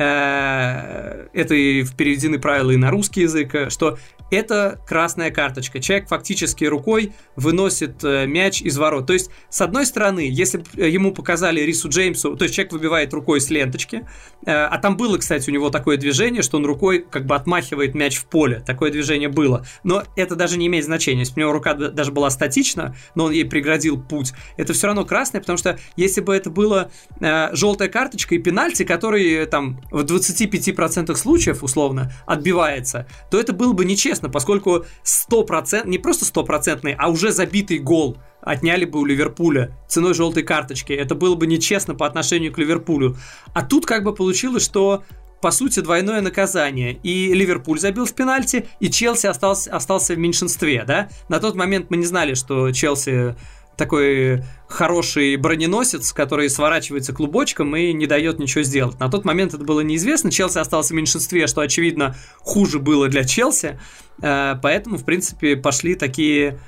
Это и переведены правила и на русский язык, что это красная карточка. Человек фактически рукой выносит мяч из ворот. То есть, с одной стороны, если бы ему показали Рису Джеймсу, то есть человек выбивает рукой с ленточки, а там было, кстати, у него такое движение, что он рукой отмахивает мяч в поле. Такое движение было. Но это даже не имеет значения. Если бы у него рука даже была статична, но он ей преградил путь, это все равно красное, потому что если бы это была желтая карточка и пенальти, который там в 25% случаев, условно, отбивается, то это было бы нечестно, поскольку 100%, не просто 100%, а уже забитый гол отняли бы у Ливерпуля ценой желтой карточки. Это было бы нечестно по отношению к Ливерпулю. А тут получилось, что по сути двойное наказание. И Ливерпуль забил в пенальти, и Челси остался в меньшинстве, да? На тот момент мы не знали, что Челси такой хороший броненосец, который сворачивается клубочком и не дает ничего сделать. На тот момент это было неизвестно. Челси остался в меньшинстве, что, очевидно, хуже было для Челси. Поэтому, в принципе, пошли такие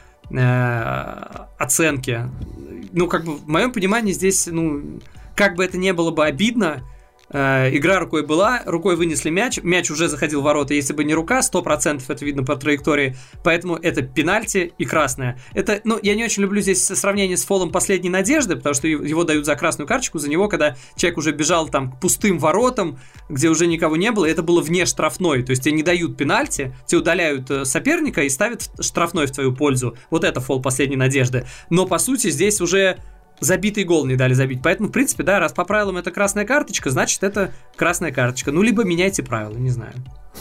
оценки. В моем понимании здесь, как бы это не было бы обидно, игра рукой была, рукой вынесли мяч уже заходил в ворота, если бы не рука, 100% это видно по траектории, поэтому это пенальти и красная. Это, я не очень люблю здесь сравнение с фолом последней надежды, потому что его дают за красную карточку, за него, когда человек уже бежал там к пустым воротам, где уже никого не было, и это было вне штрафной, то есть тебе не дают пенальти, тебе удаляют соперника и ставят штрафной в твою пользу. Вот это фол последней надежды. Но по сути здесь уже забитый гол не дали забить. Поэтому, в принципе, да, раз по правилам это красная карточка, значит, это красная карточка. Либо меняйте правила, не знаю.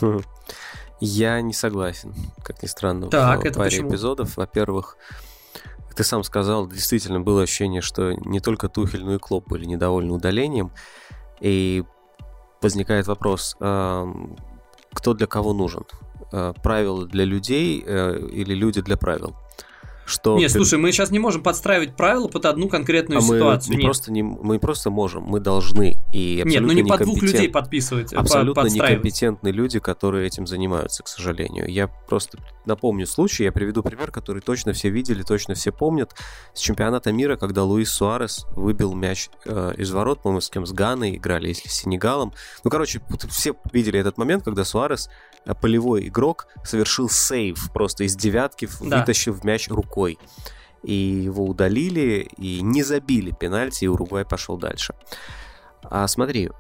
Я не согласен, как ни странно, так, в паре эпизодов. Во-первых, ты сам сказал, действительно было ощущение, что не только Тухель, но и Клоп были недовольны удалением. И возникает вопрос, кто для кого нужен? Правила для людей или люди для правил? Слушай, мы сейчас не можем подстраивать правила под одну конкретную ситуацию. Мы просто можем, мы должны. И не под двух людей подписывать. Абсолютно некомпетентные люди, которые этим занимаются, к сожалению. Я просто напомню случай, я приведу пример, который точно все видели, точно все помнят. С чемпионата мира, когда Луис Суарес выбил мяч из ворот, по-моему, с кем, с Ганой играли, если с Сенегалом. Все видели этот момент, когда Суарес, полевой игрок, совершил сейв просто из девятки, вытащив мяч рукой. И его удалили, и не забили пенальти, и Уругвай пошел дальше. Смотри,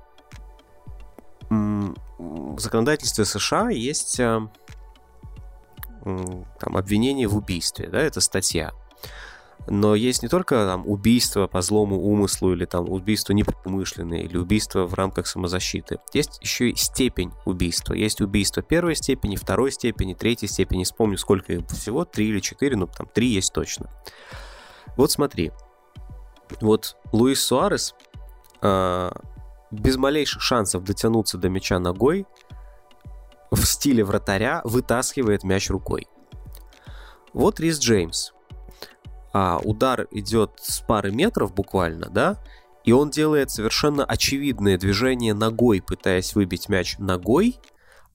в законодательстве США есть обвинение в убийстве, да, это статья. Но есть не только убийство по злому умыслу, или убийство непредумышленное, или убийство в рамках самозащиты. Есть еще и степень убийства. Есть убийство первой степени, второй степени, третьей степени. Не вспомню, сколько их всего, 3 или 4, 3 есть точно. Вот смотри. Вот Луис Суарес без малейших шансов дотянуться до мяча ногой в стиле вратаря вытаскивает мяч рукой. Вот Рис Джеймс. Удар идет с пары метров буквально, да, и он делает совершенно очевидное движение ногой, пытаясь выбить мяч ногой,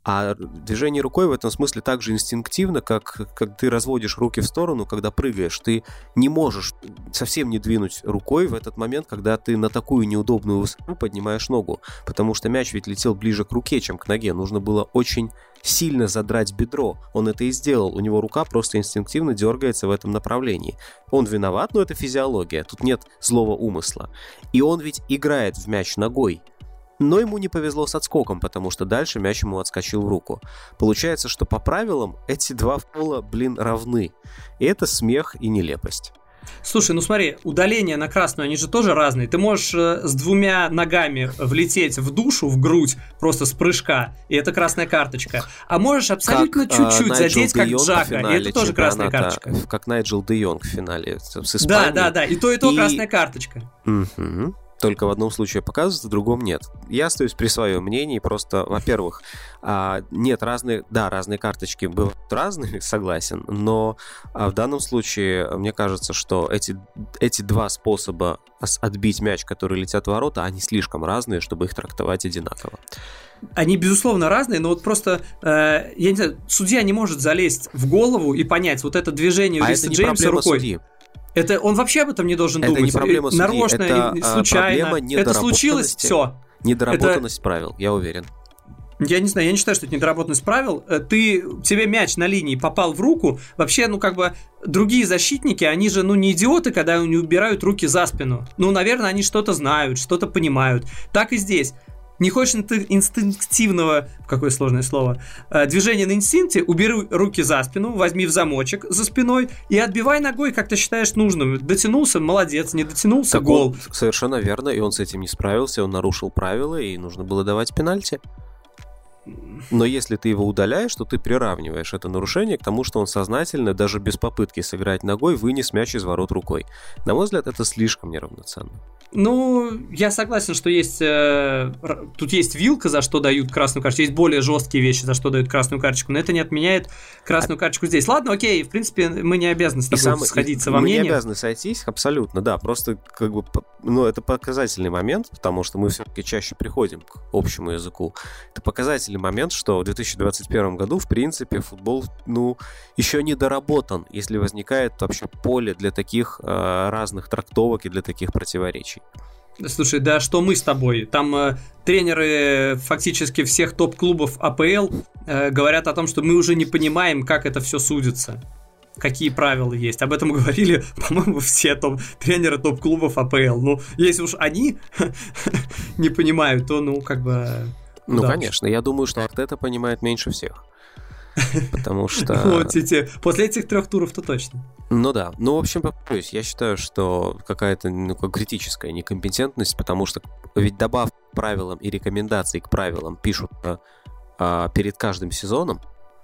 А движение рукой в этом смысле так же инстинктивно, как ты разводишь руки в сторону, когда прыгаешь. Ты не можешь совсем не двинуть рукой в этот момент, когда ты на такую неудобную высоту поднимаешь ногу. Потому что мяч ведь летел ближе к руке, чем к ноге. Нужно было очень сильно задрать бедро. Он это и сделал. У него рука просто инстинктивно дергается в этом направлении. Он виноват, но это физиология. Тут нет злого умысла. И он ведь играет в мяч ногой. Но ему не повезло с отскоком, потому что дальше мяч ему отскочил в руку. Получается, что по правилам эти два фола, равны. И это смех и нелепость. Слушай, ну смотри, удаления на красную, они же тоже разные. Ты можешь с двумя ногами влететь в душу, в грудь, просто с прыжка, и это красная карточка. А можешь абсолютно чуть-чуть задеть, как Джака, и это тоже красная карточка. Как Найджел де Йонг в финале с Испанией. Да, и то красная карточка. Угу. Только в одном случае показывается, в другом нет. Я остаюсь при своем мнении, просто, во-первых, нет, разные карточки бывают разные, согласен, но в данном случае мне кажется, что эти два способа отбить мяч, которые летят в ворота, они слишком разные, чтобы их трактовать одинаково. Они, безусловно, разные, но вот просто, я не знаю, судья не может залезть в голову и понять, вот это движение Риса Джеймса рукой. Судьи. Это он вообще об этом не должен думать. Это не проблема судьи, нарочно, это случайно. Это случилось, все. Недоработанность правил, я уверен. Я не знаю, я не считаю, что это недоработанность правил. Тебе мяч на линии попал в руку. Вообще, другие защитники, они же, не идиоты, когда они убирают руки за спину. Наверное, они что-то знают, что-то понимают. Так и здесь. Не хочешь инстинктивного, какое сложное слово, движения на инстинкте, убери руки за спину, возьми в замочек за спиной и отбивай ногой, как ты считаешь нужным. Дотянулся, молодец, не дотянулся, так гол. Совершенно верно, и он с этим не справился, он нарушил правила, и нужно было давать пенальти. Но если ты его удаляешь, то ты приравниваешь это нарушение к тому, что он сознательно, даже без попытки сыграть ногой, вынес мяч из ворот рукой. На мой взгляд, это слишком неравноценно. Я согласен, что тут есть вилка, за что дают красную карточку, есть более жесткие вещи, за что дают красную карточку, но это не отменяет красную карточку здесь. Ладно, окей, в принципе, мы не обязаны с тобой сходиться во мнении. Мы не обязаны сойтись, абсолютно, да, просто это показательный момент, потому что мы все-таки чаще приходим к общему языку. Это показательный момент, что в 2021 году, в принципе, футбол, еще не доработан, если возникает вообще поле для таких разных трактовок и для таких противоречий. Слушай, да что мы с тобой? Там тренеры фактически всех топ-клубов АПЛ говорят о том, что мы уже не понимаем, как это все судится. Какие правила есть. Об этом говорили, по-моему, все тренеры топ-клубов АПЛ. Если уж они не понимают, то, да. Конечно. Я думаю, что Артета понимает меньше всех. Потому что... После этих 3 туров-то точно. Да. В общем, повторюсь, я считаю, что какая-то критическая некомпетентность, потому что ведь добавки к правилам и рекомендации к правилам пишут перед каждым сезоном,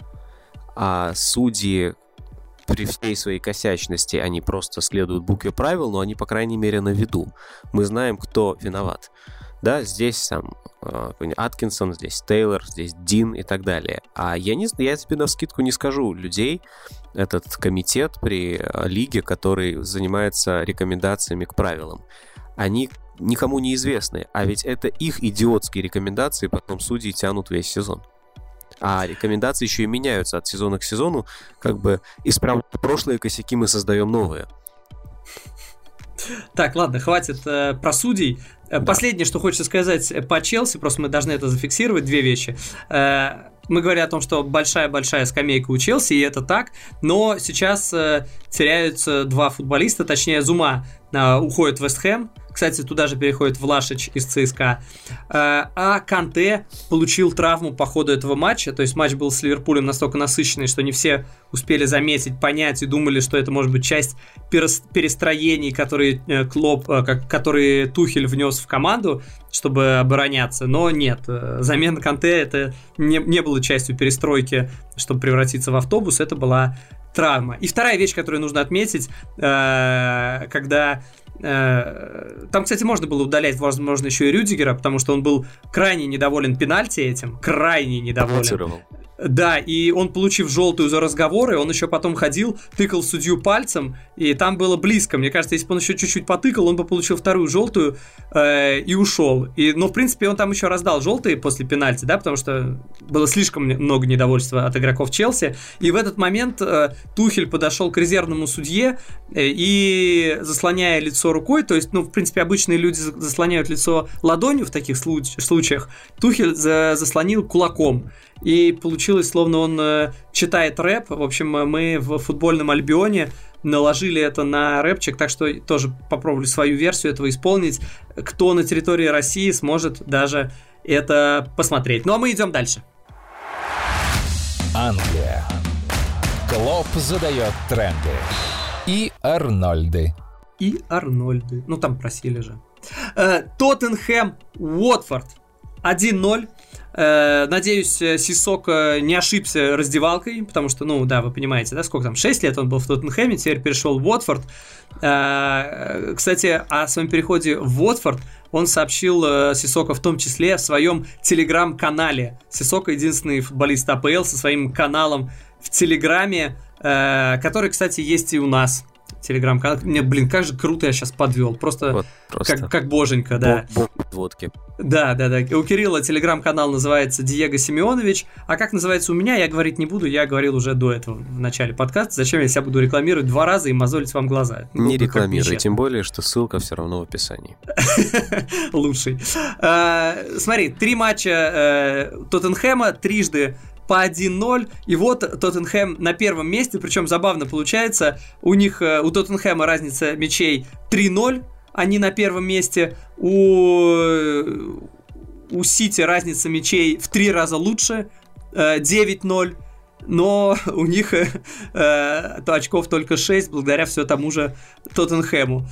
а судьи при всей своей косячности, они просто следуют букве правил, но они, по крайней мере, на виду. Мы знаем, кто виноват. Да, здесь Аткинсон, здесь Тейлор, здесь Дин и так далее. А я тебе навскидку не скажу людей, этот комитет при лиге, который занимается рекомендациями к правилам. Они никому не известны, а ведь это их идиотские рекомендации потом судьи тянут весь сезон. А рекомендации еще и меняются от сезона к сезону, исправляя прошлые косяки, мы создаем новые. Так, ладно, хватит про судей. Да. Последнее, что хочется сказать по Челси, просто мы должны это зафиксировать, 2 вещи. Мы говорили о том, что большая-большая скамейка у Челси, и это так, но сейчас теряются 2 футболиста, точнее Зума уходит в Вест Хэм, кстати, туда же переходит Влашич из ЦСКА, а Канте получил травму по ходу этого матча, то есть матч был с Ливерпулем настолько насыщенный, что не все успели заметить, понять и думали, что это может быть часть перестроений, которые Тухель внес в команду, чтобы обороняться, но нет, замена Канте это не было частью перестройки, чтобы превратиться в автобус, это была травма. И вторая вещь, которую нужно отметить, когда... Там, кстати, можно было удалять, возможно, еще и Рюдигера, потому что он был крайне недоволен пенальти этим, крайне недоволен. Да, и он, получив желтую за разговоры, он еще потом ходил, тыкал судью пальцем, и там было близко. Мне кажется, если бы он еще чуть-чуть потыкал, он бы получил вторую желтую и ушел. Но, в принципе, он там еще раздал желтые после пенальти, да, потому что было слишком много недовольства от игроков Челси. И в этот момент Тухель подошел к резервному судье и, заслоняя лицо рукой, то есть, в принципе, обычные люди заслоняют лицо ладонью в таких случаях, Тухель заслонил кулаком. И получилось, словно он читает рэп. В общем, мы в футбольном Альбионе наложили это на рэпчик, так что тоже попробую свою версию этого исполнить. Кто на территории России сможет даже это посмотреть. Ну а мы идем дальше. Англия. Клоп задает тренды. И Арнольды. Ну там просили же. Тоттенхэм Уотфорд 1-0. Надеюсь, Сиссок не ошибся раздевалкой, потому что, вы понимаете, да, сколько там, 6 лет он был в Тоттенхэме, теперь перешел в Уотфорд. Кстати, о своем переходе в Уотфорд он сообщил, Сиссока в том числе, в своем телеграм-канале. Сиссок единственный футболист АПЛ со своим каналом в Телеграме, который, кстати, есть и у нас. Телеграм-канал. Мне, как же круто я сейчас подвел. Просто как боженька, да. Бог подводки. Да. У Кирилла телеграм-канал называется Диего Симеонович. А как называется у меня, я говорить не буду. Я говорил уже до этого в начале подкаста. Зачем я себя буду рекламировать 2 раза и мозолить вам глаза? Не рекламируй, тем более, что ссылка все равно в описании. Лучший. Смотри, 3 матча Тоттенхэма, трижды по 1-0, и вот Тоттенхэм на первом месте, причем забавно получается, у Тоттенхэма разница мячей 3-0, они на первом месте, у Сити разница мячей в 3 раза лучше, 9-0, но у них очков только 6, благодаря все тому же Тоттенхэму.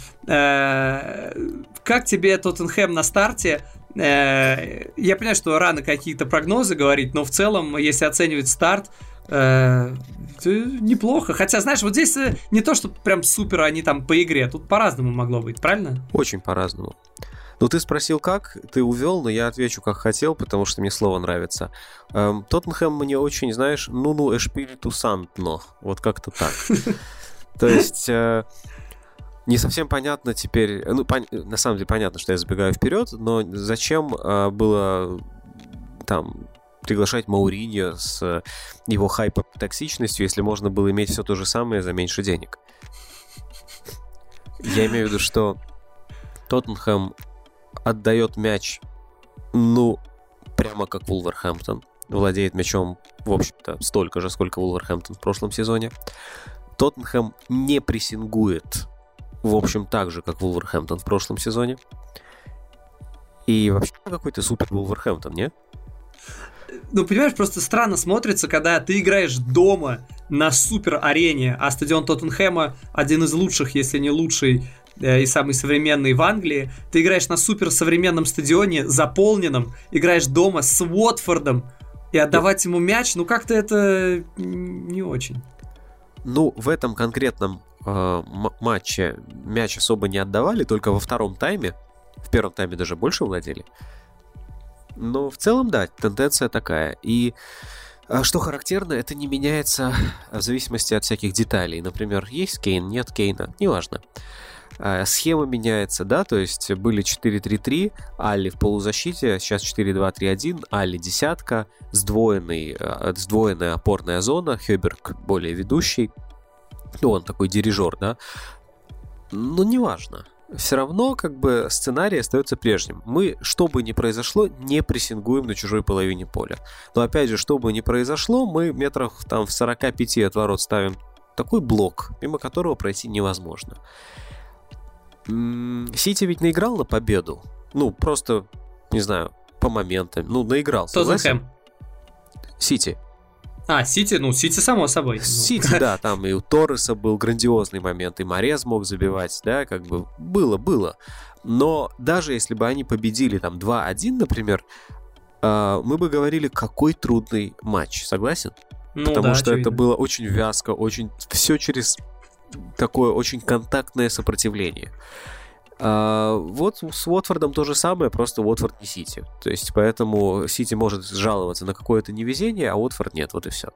Как тебе Тоттенхэм на старте? Я понимаю, что рано какие-то прогнозы говорить, но в целом, если оценивать старт, неплохо. Хотя, знаешь, вот здесь не то, что прям супер они там по игре, тут по-разному могло быть, правильно? Очень по-разному. Ну, ты спросил как, ты увел, но я отвечу как хотел, потому что мне слово нравится. Тоттенхэм мне очень, знаешь, эшпириту сантно, вот как-то так. То есть... Не совсем понятно теперь, на самом деле понятно, что я забегаю вперед, но зачем было там приглашать Мауриньо с его хайпо-токсичностью, если можно было иметь все то же самое за меньше денег? Я имею в виду, что Тоттенхэм отдает мяч, прямо как Вулверхэмптон, владеет мячом, в общем-то, столько же, сколько Вулверхэмптон в прошлом сезоне. Тоттенхэм не прессингует, в общем, так же, как Вулверхэмптон в прошлом сезоне. И вообще какой-то супер Вулверхэмптон, не? Понимаешь, просто странно смотрится, когда ты играешь дома на супер-арене, а стадион Тоттенхэма один из лучших, если не лучший, и самый современный в Англии. Ты играешь на суперсовременном стадионе, заполненном, играешь дома с Уотфордом, и отдавать ему мяч, как-то это не очень. В этом конкретном матче мяч особо не отдавали, только во втором тайме. В первом тайме даже больше владели. Но в целом, да, тенденция такая. И что характерно, это не меняется в зависимости от всяких деталей. Например, есть Кейн, нет Кейна, неважно. Схема меняется, да, то есть были 4-3-3, Алли в полузащите, сейчас 4-2-3-1, Алли десятка, сдвоенная опорная зона, Хёберг более ведущий. Он такой дирижер, да. Но неважно. Все равно, сценарий остается прежним. Мы, что бы ни произошло, не прессингуем на чужой половине поля. Но опять же, что бы ни произошло, мы метрах там в 45 от ворот ставим такой блок, мимо которого пройти невозможно. Сити ведь наиграл на победу. Просто, не знаю, по моментам. Наиграл. Тоттенхэм. Сити. Сити, Сити само собой. Сити, да, там и у Торреса был грандиозный момент, и Морез мог забивать, да, было. Но даже если бы они победили там 2-1, например, мы бы говорили, какой трудный матч, согласен? Потому что очевидно. Это было очень вязко, очень все через такое очень контактное сопротивление. Вот с Уотфордом то же самое, просто Уотфорд не Сити. То есть поэтому Сити может жаловаться на какое-то невезение, а Уотфорд нет, вот и все.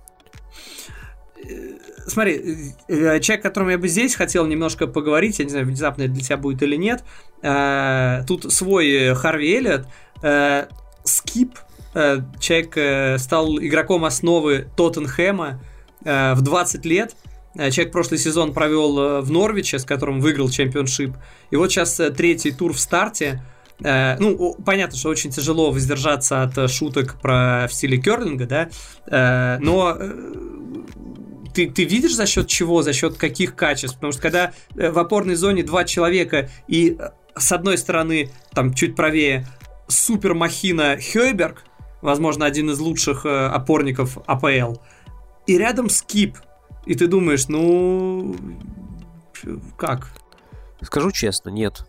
Смотри, человек, о котором я бы здесь хотел немножко поговорить, я не знаю, внезапно это для тебя будет или нет, тут свой Харви Эллиott, Скип, человек стал игроком основы Тоттенхэма в 20 лет. Человек прошлый сезон провел в Норвиче, с которым выиграл чемпионшип. И вот сейчас третий тур в старте. Понятно, что очень тяжело воздержаться от шуток в стиле керлинга, да, но ты видишь, за счет чего, за счет каких качеств? Потому что когда в опорной зоне два человека, и с одной стороны, там чуть правее, супермахина Хёйберг, возможно, один из лучших опорников АПЛ, и рядом Скип, и ты думаешь, как? Скажу честно, нет.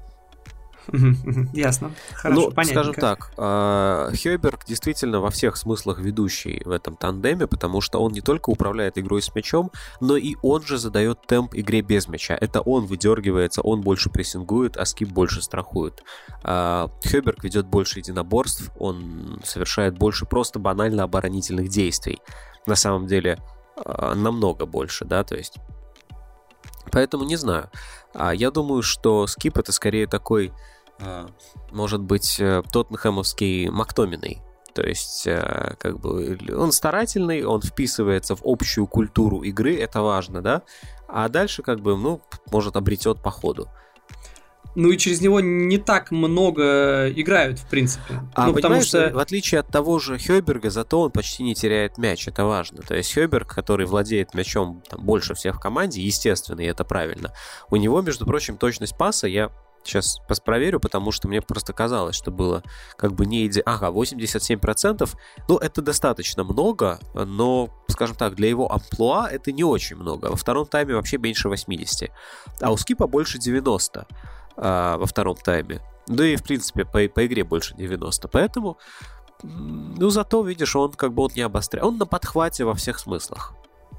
Ясно. Хорошо, понятненько. Скажем так, Хёйберг действительно во всех смыслах ведущий в этом тандеме, потому что он не только управляет игрой с мячом, но и он же задает темп игре без мяча. Это он выдергивается, он больше прессингует, а Скип больше страхует. Хёйберг ведет больше единоборств, он совершает больше просто банально оборонительных действий. На самом деле намного больше, да, то есть. Поэтому не знаю. Я думаю, что Скип это скорее такой, может быть, тоттенхэмовский Мактоминей. То есть, как бы, он старательный, он вписывается в общую культуру игры, это важно, да? А дальше, как бы, может, обретет по ходу. И через него не так много играют, в принципе. Потому что в отличие от того же Хёйберга, зато он почти не теряет мяч, это важно. То есть Хёйберг, который владеет мячом больше всех в команде, естественно, и это правильно. У него, между прочим, точность паса, я сейчас проверю, потому что мне просто казалось, что было как бы не идеально. 87%. Это достаточно много, но, скажем так, для его амплуа это не очень много. Во втором тайме вообще меньше 80. А у Скипа больше 90. Во втором тайме. Да и, в принципе, по игре больше 90. Поэтому, зато, видишь, он как бы не обостряет. Он на подхвате во всех смыслах.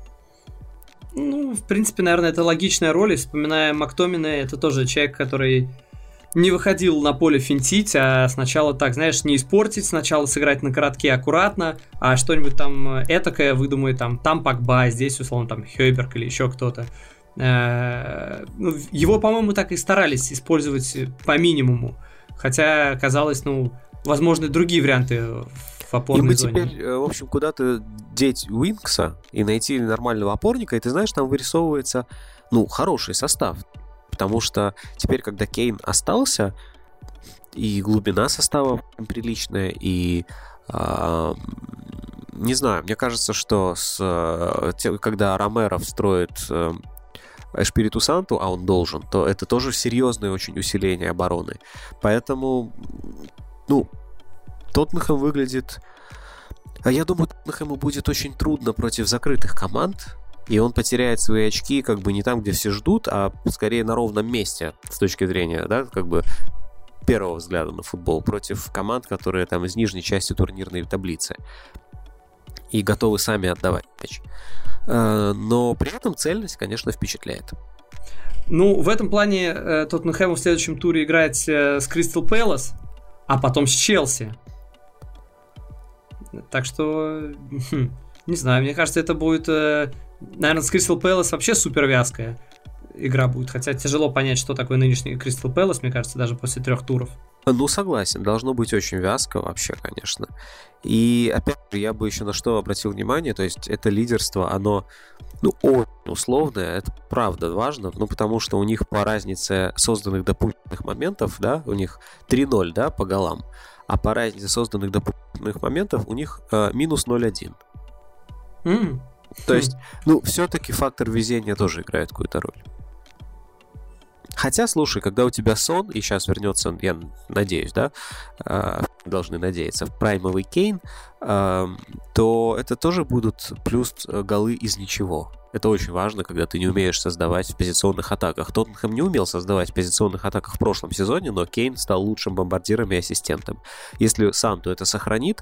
В принципе, наверное, это логичная роль. И вспоминая Мактомине, это тоже человек, который не выходил на поле финтить, а сначала так, знаешь, не испортить, сначала сыграть на коротке аккуратно, а что-нибудь там этакое выдумает, там Погба, здесь, условно, там Хёйберг или еще кто-то. Его, по-моему, так и старались использовать по минимуму. Хотя казалось, возможно, другие варианты в опорной зоне. Теперь, в общем, куда-то деть Уинкса и найти нормального опорника, и ты знаешь, там вырисовывается, хороший состав. Потому что теперь, когда Кейн остался, и глубина состава приличная, и не знаю, мне кажется, что когда Ромеро встроит Эшпириту Санту, а он должен, то это тоже серьезное очень усиление обороны. Поэтому, Тоттенхэм выглядит... Я думаю, Тоттенхэму будет очень трудно против закрытых команд, и он потеряет свои очки как бы не там, где все ждут, а скорее на ровном месте с точки зрения, да, как бы первого взгляда на футбол против команд, которые там из нижней части турнирной таблицы и готовы сами отдавать мяч. Но при этом цельность, конечно, впечатляет. В этом плане Тоттенхэму в следующем туре играть с Кристал Пэлас, а потом с Челси. Так что, не знаю, мне кажется, это будет, наверное, с Кристал Пэлас вообще супер вязкая игра будет. Хотя тяжело понять, что такое нынешний Кристал Пэлас, мне кажется, даже после 3 туров. Согласен, должно быть очень вязко вообще, конечно. И опять же, я бы еще на что обратил внимание, то есть это лидерство, оно, очень условное, это правда важно, потому что у них по разнице созданных допущенных моментов, да, у них 3-0, да, по голам, а по разнице созданных допущенных моментов у них минус 0-1. То есть, все-таки фактор везения тоже играет какую-то роль. Хотя, слушай, когда у тебя Сон, и сейчас вернется, я надеюсь, да, должны надеяться, в праймовый Кейн, то это тоже будут плюс голы из ничего. Это очень важно, когда ты не умеешь создавать в позиционных атаках. Тоттенхэм не умел создавать в позиционных атаках в прошлом сезоне, но Кейн стал лучшим бомбардиром и ассистентом. Если Санту это сохранит,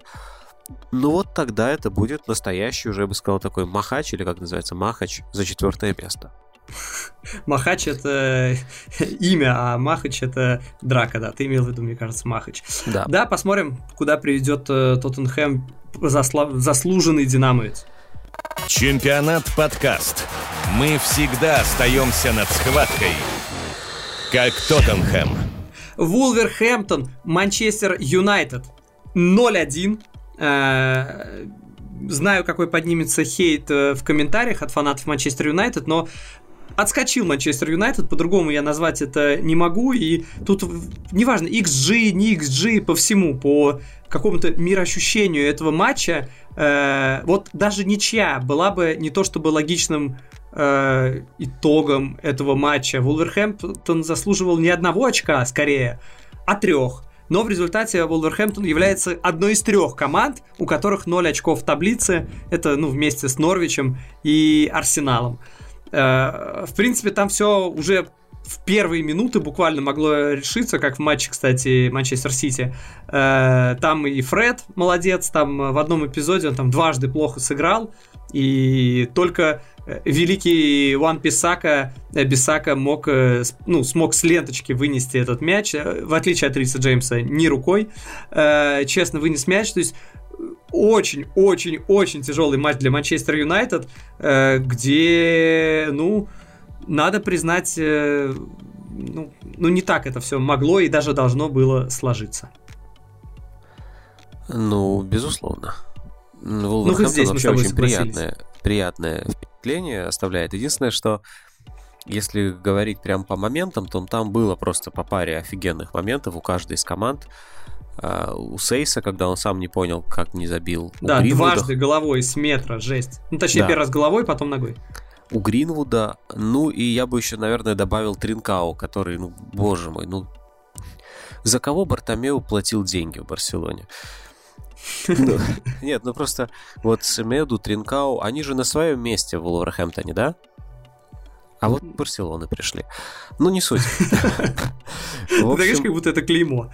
тогда это будет настоящий, уже я бы сказал, такой махач, или как называется, махач за 4 место. Махач — это имя, а Махач — это драка, да. Ты имел в виду, мне кажется, Махач. Да, посмотрим, куда приведет Тоттенхэм, заслуженный динамовец. Чемпионат-подкаст. Мы всегда остаемся над схваткой, как Тоттенхэм. Вулверхэмптон, Манчестер Юнайтед 0-1. Знаю, какой поднимется хейт в комментариях от фанатов Манчестер Юнайтед, но отскочил Манчестер Юнайтед, по-другому я назвать это не могу, и тут неважно, XG, не XG, по всему, по какому-то мироощущению этого матча, вот даже ничья была бы не то чтобы логичным итогом этого матча. Вулверхэмптон заслуживал не 1 очка, скорее, а 3. Но в результате Вулверхэмптон является одной из 3 команд, у которых 0 очков в таблице. Это, вместе с Норвичем и Арсеналом. В принципе, там все уже в первые минуты буквально могло решиться, как в матче, кстати, Манчестер-Сити. Там и Фред молодец, там в одном эпизоде он там дважды плохо сыграл, и только великий Ван Бисака смог с ленточки вынести этот мяч, в отличие от Риса Джеймса, не рукой, честно вынес мяч. То есть очень-очень-очень тяжелый матч для Манчестер Юнайтед, где, надо признать, не так это все могло и даже должно было сложиться. Безусловно. Вулверхэмптон вообще очень приятное впечатление оставляет. Единственное, что если говорить прям по моментам, то там было просто по паре офигенных моментов у каждой из команд. У Сейса, когда он сам не понял, как не забил. Да, дважды головой с метра, жесть. Точнее, первый раз головой, потом ногой. У Гринвуда, и я бы еще, наверное, добавил Тринкау, который, боже мой, за кого Бартомеу платил деньги в Барселоне? Нет, просто вот Семеду, Тринкау, они же на своем месте в Вулверхэмптоне, да? А вот Барселоны пришли. Не суть. Ты говоришь, как будто это клеймо.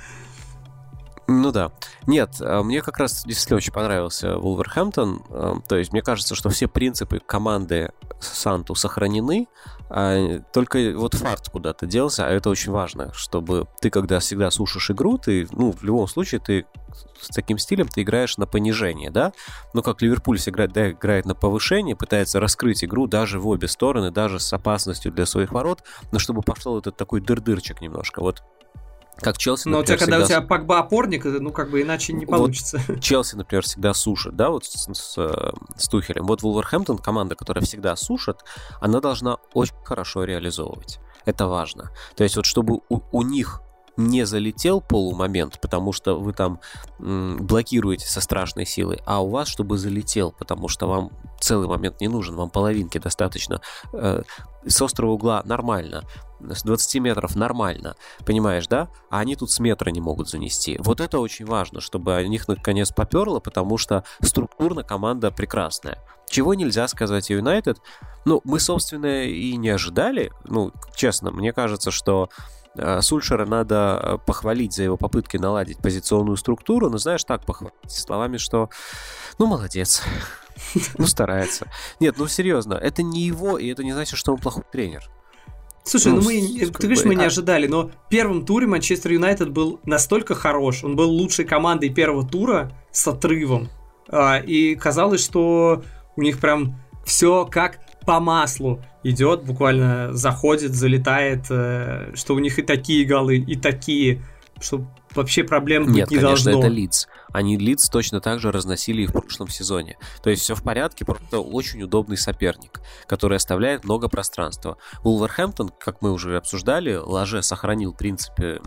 Да. Нет, мне как раз действительно очень понравился Вулверхэмптон. То есть мне кажется, что все принципы команды Санту сохранены, только вот фарт куда-то делся, а это очень важно, чтобы ты, когда всегда сушишь игру, ты, в любом случае, ты с таким стилем ты играешь на понижение, да? Как Ливерпуль всегда играет на повышение, пытается раскрыть игру даже в обе стороны, даже с опасностью для своих ворот, но чтобы пошел этот такой дыр-дырчик немножко, вот. Как Челси, например, но когда у тебя Погба опорник, иначе не получится. Вот Челси, например, всегда сушит, да, вот с Тухелем. Вот Вулверхэмптон, команда, которая всегда сушит, она должна очень хорошо реализовывать. Это важно. То есть вот чтобы у них не залетел полумомент, потому что вы там блокируете со страшной силой, а у вас, чтобы залетел, потому что вам целый момент не нужен, вам половинки достаточно. С острого угла нормально, с 20 метров нормально, понимаешь, да? А они тут с метра не могут занести. Вот это очень важно, чтобы о них наконец поперло, потому что структурно команда прекрасная. Чего нельзя сказать о Юнайтед? Мы, собственно, и не ожидали. Честно, мне кажется, что Сульшера надо похвалить за его попытки наладить позиционную структуру, но, знаешь, так похвалить словами, что молодец, старается. Нет, серьезно, это не его, и это не значит, что он плохой тренер. Слушай, ты говоришь, мы не ожидали, но в первом туре Манчестер Юнайтед был настолько хорош, он был лучшей командой первого тура с отрывом, и казалось, что у них прям все как по маслу идет, буквально заходит, залетает, что у них и такие голы, и такие, что вообще проблем быть не должно. Нет, конечно, это Лидс. Они Лидс точно так же разносили и в прошлом сезоне. То есть все в порядке, просто очень удобный соперник, который оставляет много пространства. Вулверхэмптон, как мы уже обсуждали, Лаже сохранил в принципе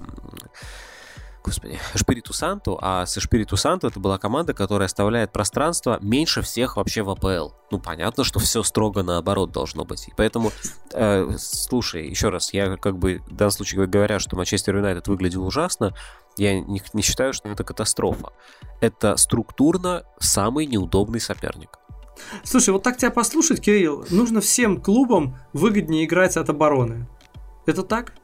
Эшпириту Санту, а с Эшпириту Санту это была команда, которая оставляет пространство меньше всех вообще в АПЛ. Понятно, что все строго наоборот должно быть. И поэтому, слушай, еще раз, я в данном случае говоря, что Манчестер Юнайтед выглядел ужасно, я не считаю, что это катастрофа. Это структурно самый неудобный соперник. Слушай, вот так тебя послушать, Кирилл, нужно всем клубам выгоднее играть от обороны. Это так?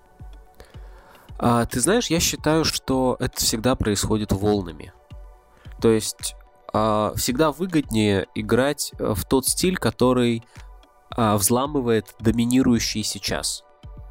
Ты знаешь, я считаю, что это всегда происходит волнами. То есть всегда выгоднее играть в тот стиль, который взламывает доминирующий сейчас.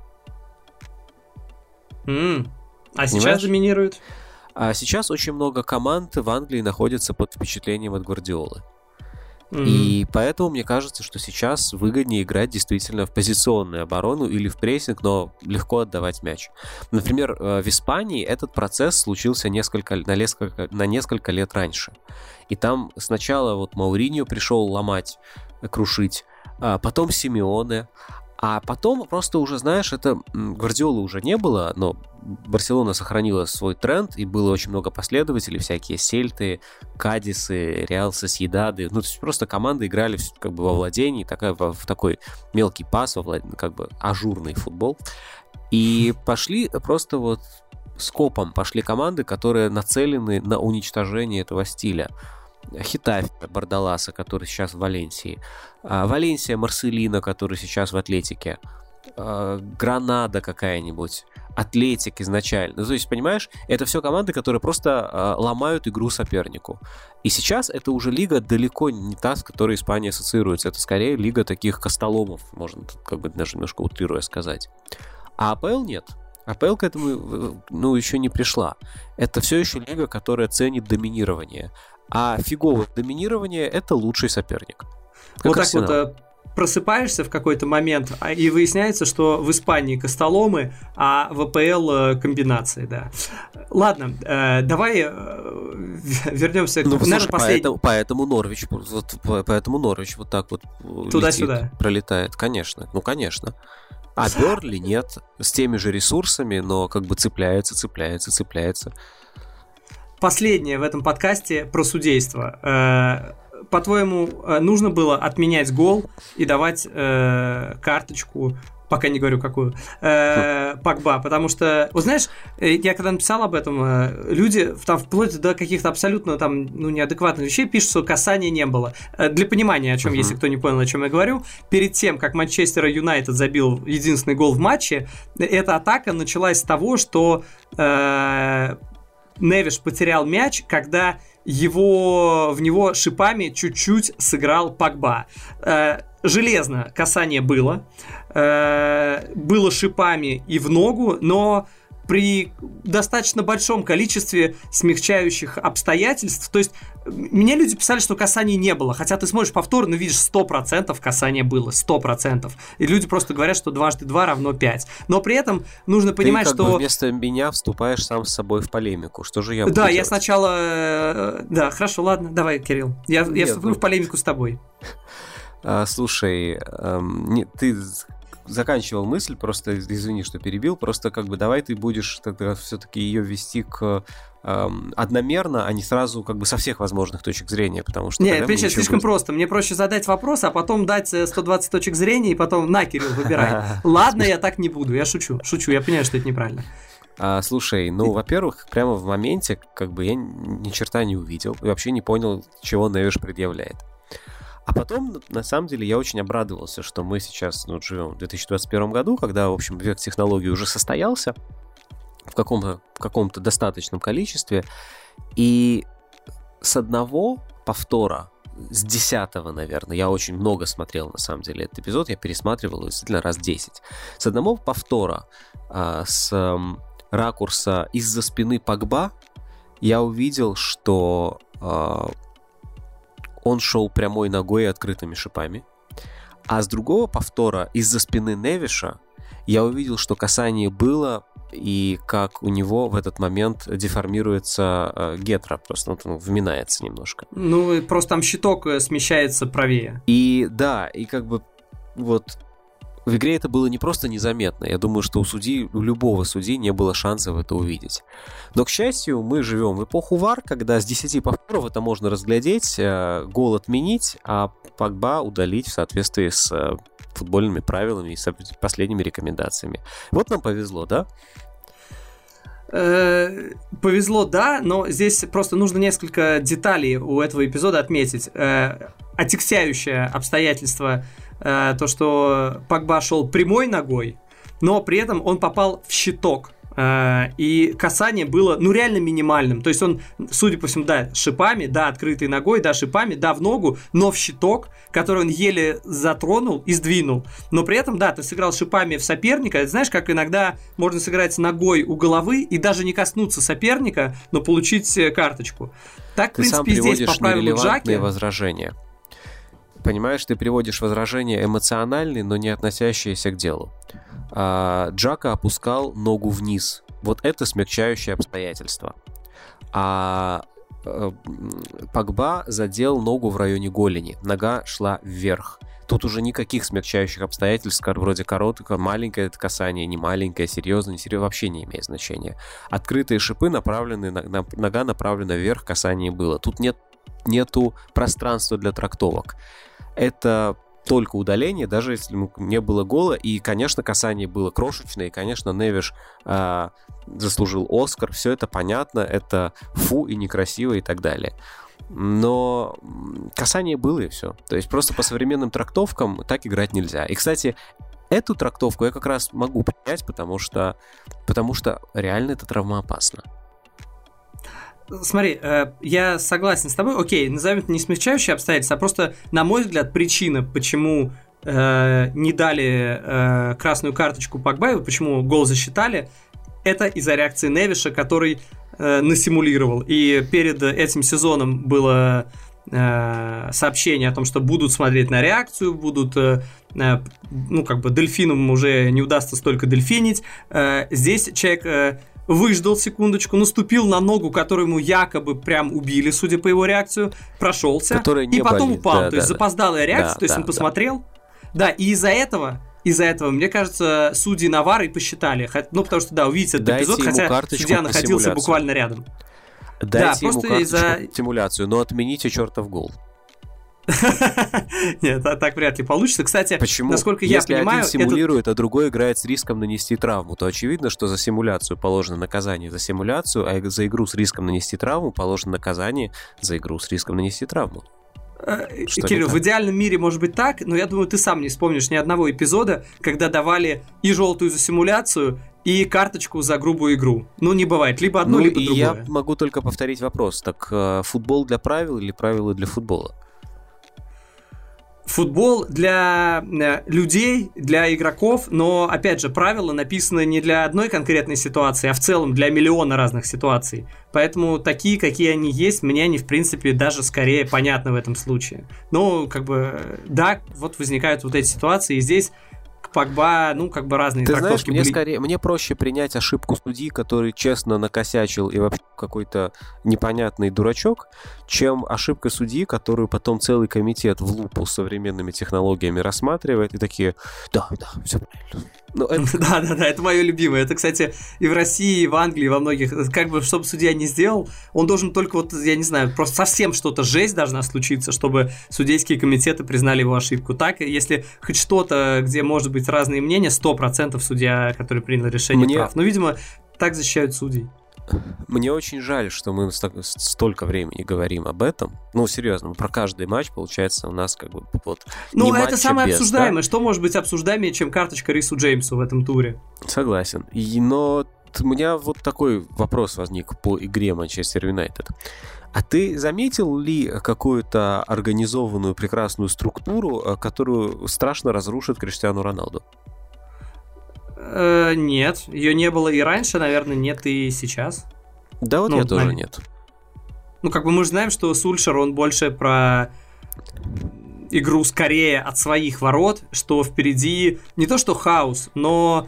А сейчас доминирует? А сейчас очень много команд в Англии находятся под впечатлением от Гвардиолы. И поэтому мне кажется, что сейчас выгоднее играть действительно в позиционную оборону или в прессинг, но легко отдавать мяч. Например, в Испании этот процесс случился на несколько лет раньше. И там сначала вот Мауриньо пришел ломать, крушить, потом Симеоне, а потом просто уже, знаешь, это Гвардиолы уже не было, но Барселона сохранила свой тренд, и было очень много последователей, всякие Сельты, Кадисы, Реал Сосьедады. Ну, то есть просто команды играли как бы во владении, в такой мелкий пас, как бы ажурный футбол. И пошли просто вот скопом, пошли команды, которые нацелены на уничтожение этого стиля. Хетафе Бардаласа, который сейчас в Валенсии, Валенсия Марселино, который сейчас в Атлетике, Гранада какая-нибудь, Атлетик изначально. Ну, то есть, понимаешь, это все команды, которые просто ломают игру сопернику. И сейчас это уже лига далеко не та, с которой Испания ассоциируется. Это скорее лига таких костоломов, можно как бы даже немножко утрируя сказать. А АПЛ нет. АПЛ к этому, еще не пришла. Это все еще лига, которая ценит доминирование. А фиговое доминирование — это лучший соперник. Вот так вот просыпаешься в какой-то момент, и выясняется, что в Испании костоломы, а в АПЛ комбинации, да. Ладно, давай вернемся к последнему. Поэтому Норвич вот так вот туда-сюда пролетает, конечно. Ну, конечно. А Бернли нет, с теми же ресурсами, но как бы цепляется. Последнее в этом подкасте про судейство. По-твоему, нужно было отменять гол и давать карточку, пока не говорю какую, Погба? Потому что, вот знаешь, я когда написал об этом, люди там вплоть до каких-то абсолютно там, неадекватных вещей пишут, что касания не было. Для понимания, о чем, если кто не понял, о чем я говорю, перед тем, как Манчестер Юнайтед забил единственный гол в матче, эта атака началась с того, что Невиш потерял мяч, когда в него шипами чуть-чуть сыграл Погба. Железно касание было шипами и в ногу, но при достаточно большом количестве смягчающих обстоятельств. То есть мне люди писали, что касаний не было, хотя ты смотришь повтор, видишь, 100% касание было, 100%. И люди просто говорят, что 2 × 2 = 5. Но при этом нужно понимать, ты, что... Ты вместо меня вступаешь сам с собой в полемику. Что же я буду делать? Я сначала... Да, хорошо, ладно, давай, Кирилл. Я вступлю в полемику с тобой. Слушай, ты... заканчивал мысль, просто извини, что перебил, просто как бы давай ты будешь тогда все-таки ее вести одномерно, а не сразу как бы со всех возможных точек зрения, потому что... Нет, это слишком просто. Мне проще задать вопрос, а потом дать 120 точек зрения, и потом на, Кирилл, выбирай. Ладно, я так не буду, я шучу, я понимаю, что это неправильно. Слушай, во-первых, прямо в моменте как бы я ни черта не увидел и вообще не понял, чего Невиш предъявляет. А потом, на самом деле, я очень обрадовался, что мы сейчас живем в 2021 году, когда, в общем, век технологий уже состоялся в каком-то достаточном количестве. И с одного повтора, с 10-го, наверное, я очень много смотрел, на самом деле, этот эпизод, я пересматривал действительно раз 10. С одного повтора, с ракурса из-за спины Погба, я увидел, что... он шел прямой ногой и открытыми шипами. А с другого повтора, из-за спины Невиша, я увидел, что касание было, и как у него в этот момент деформируется гетра, просто вминается немножко. Просто там щиток смещается правее. И да, и как бы вот в игре это было не просто незаметно. Я думаю, что у любого судьи не было шансов это увидеть. Но, к счастью, мы живем в эпоху ВАР, когда с 10 повторов это можно разглядеть, гол отменить, а Погба удалить в соответствии с футбольными правилами и с последними рекомендациями. Вот нам повезло, да? Повезло, да, но здесь просто нужно несколько деталей у этого эпизода отметить. Отягчающее обстоятельство то, что Погба шел прямой ногой, но при этом он попал в щиток и касание было, реально минимальным. То есть он, судя по всему, да, шипами, да, открытой ногой, да, шипами, да, в ногу, но в щиток, который он еле затронул и сдвинул. Но при этом, да, ты сыграл шипами в соперника. Это знаешь, как иногда можно сыграть ногой у головы и даже не коснуться соперника, но получить карточку. Так, ты в принципе, здесь по правилу Джаки... возражения. Понимаешь, ты приводишь возражения эмоциональные, но не относящиеся к делу. Джака опускал ногу вниз. Вот это смягчающее обстоятельство. А Погба задел ногу в районе голени. Нога шла вверх. Тут уже никаких смягчающих обстоятельств, вроде короткое, маленькое это касание, не маленькое, серьезное, не серьезное, вообще не имеет значения. Открытые шипы направлены, нога направлена вверх, касание было. Тут нету пространства для трактовок. Это только удаление, даже если не было гола, и, конечно, касание было крошечное, и, конечно, Невиш заслужил Оскар, все это понятно, это фу и некрасиво и так далее. Но касание было, и все. То есть просто по современным трактовкам так играть нельзя. И, кстати, эту трактовку я как раз могу принять, потому что реально это травмоопасно. Смотри, я согласен с тобой. Окей, назовем это не смягчающие обстоятельства, а просто, на мой взгляд, причина, почему не дали красную карточку Погбаеву, почему гол засчитали, это из-за реакции Невиша, который насимулировал. И перед этим сезоном было сообщение о том, что будут смотреть на реакцию, будут, дельфинам уже не удастся столько дельфинить. Здесь человек выждал секундочку, наступил на ногу, которую ему якобы прям убили, судя по его реакции, прошелся, и потом болит. Упал. Да, то есть запоздалая реакция, то есть он посмотрел. Да, и из-за этого, мне кажется, судьи на ВАР и посчитали. Потому что, да, увидеть этот эпизод, хотя судья находился буквально рядом. Дайте ему карточку стимуляцию, но отмените чертов гол. Нет, так вряд ли получится. Кстати, почему? Насколько я понимаю... Если один симулирует, а другой играет с риском нанести травму, то очевидно, что за симуляцию положено наказание за симуляцию, а за игру с риском нанести травму положено наказание за игру с риском нанести травму. Кирилл, в идеальном мире может быть так, но я думаю, ты сам не вспомнишь ни одного эпизода, когда давали и желтую за симуляцию, и карточку за грубую игру. Не бывает. Либо одно, либо другое. Я могу только повторить вопрос. Так футбол для правил или правила для футбола? Футбол для людей, для игроков, но, опять же, правила написаны не для одной конкретной ситуации, а в целом для миллиона разных ситуаций. Поэтому такие, какие они есть, мне они, в принципе, даже скорее понятны в этом случае. Да, вот возникают вот эти ситуации, и здесь Погба, разные ты трактовки знаешь, мне проще принять ошибку судьи, который честно накосячил и вообще какой-то непонятный дурачок, чем ошибка судьи, которую потом целый комитет в лупу с современными технологиями рассматривает и такие, да, все правильно. Да, это мое любимое. Это, кстати, и в России, и в Англии, и во многих, чтобы судья не сделал, он должен только просто совсем что-то жесть должна случиться, чтобы судейские комитеты признали его ошибку. Так, если хоть что-то, где может быть разные мнения, 100% судья, который принял решение, прав. Но, видимо, так защищают судей. Мне очень жаль, что мы столько времени говорим об этом. Серьезно, про каждый матч, получается, у нас не матч, это самое без, обсуждаемое. Да? Что может быть обсуждаемее, чем карточка Рису Джеймсу в этом туре? Согласен. Но у меня вот такой вопрос возник по игре Манчестер Юнайтед. А ты заметил ли какую-то организованную прекрасную структуру, которую страшно разрушит Криштиану Роналду? Нет, ее не было и раньше, наверное, нет и сейчас. Да, я тоже нет. Мы же знаем, что Сульшер, он больше про игру скорее от своих ворот, что впереди не то что хаос, но,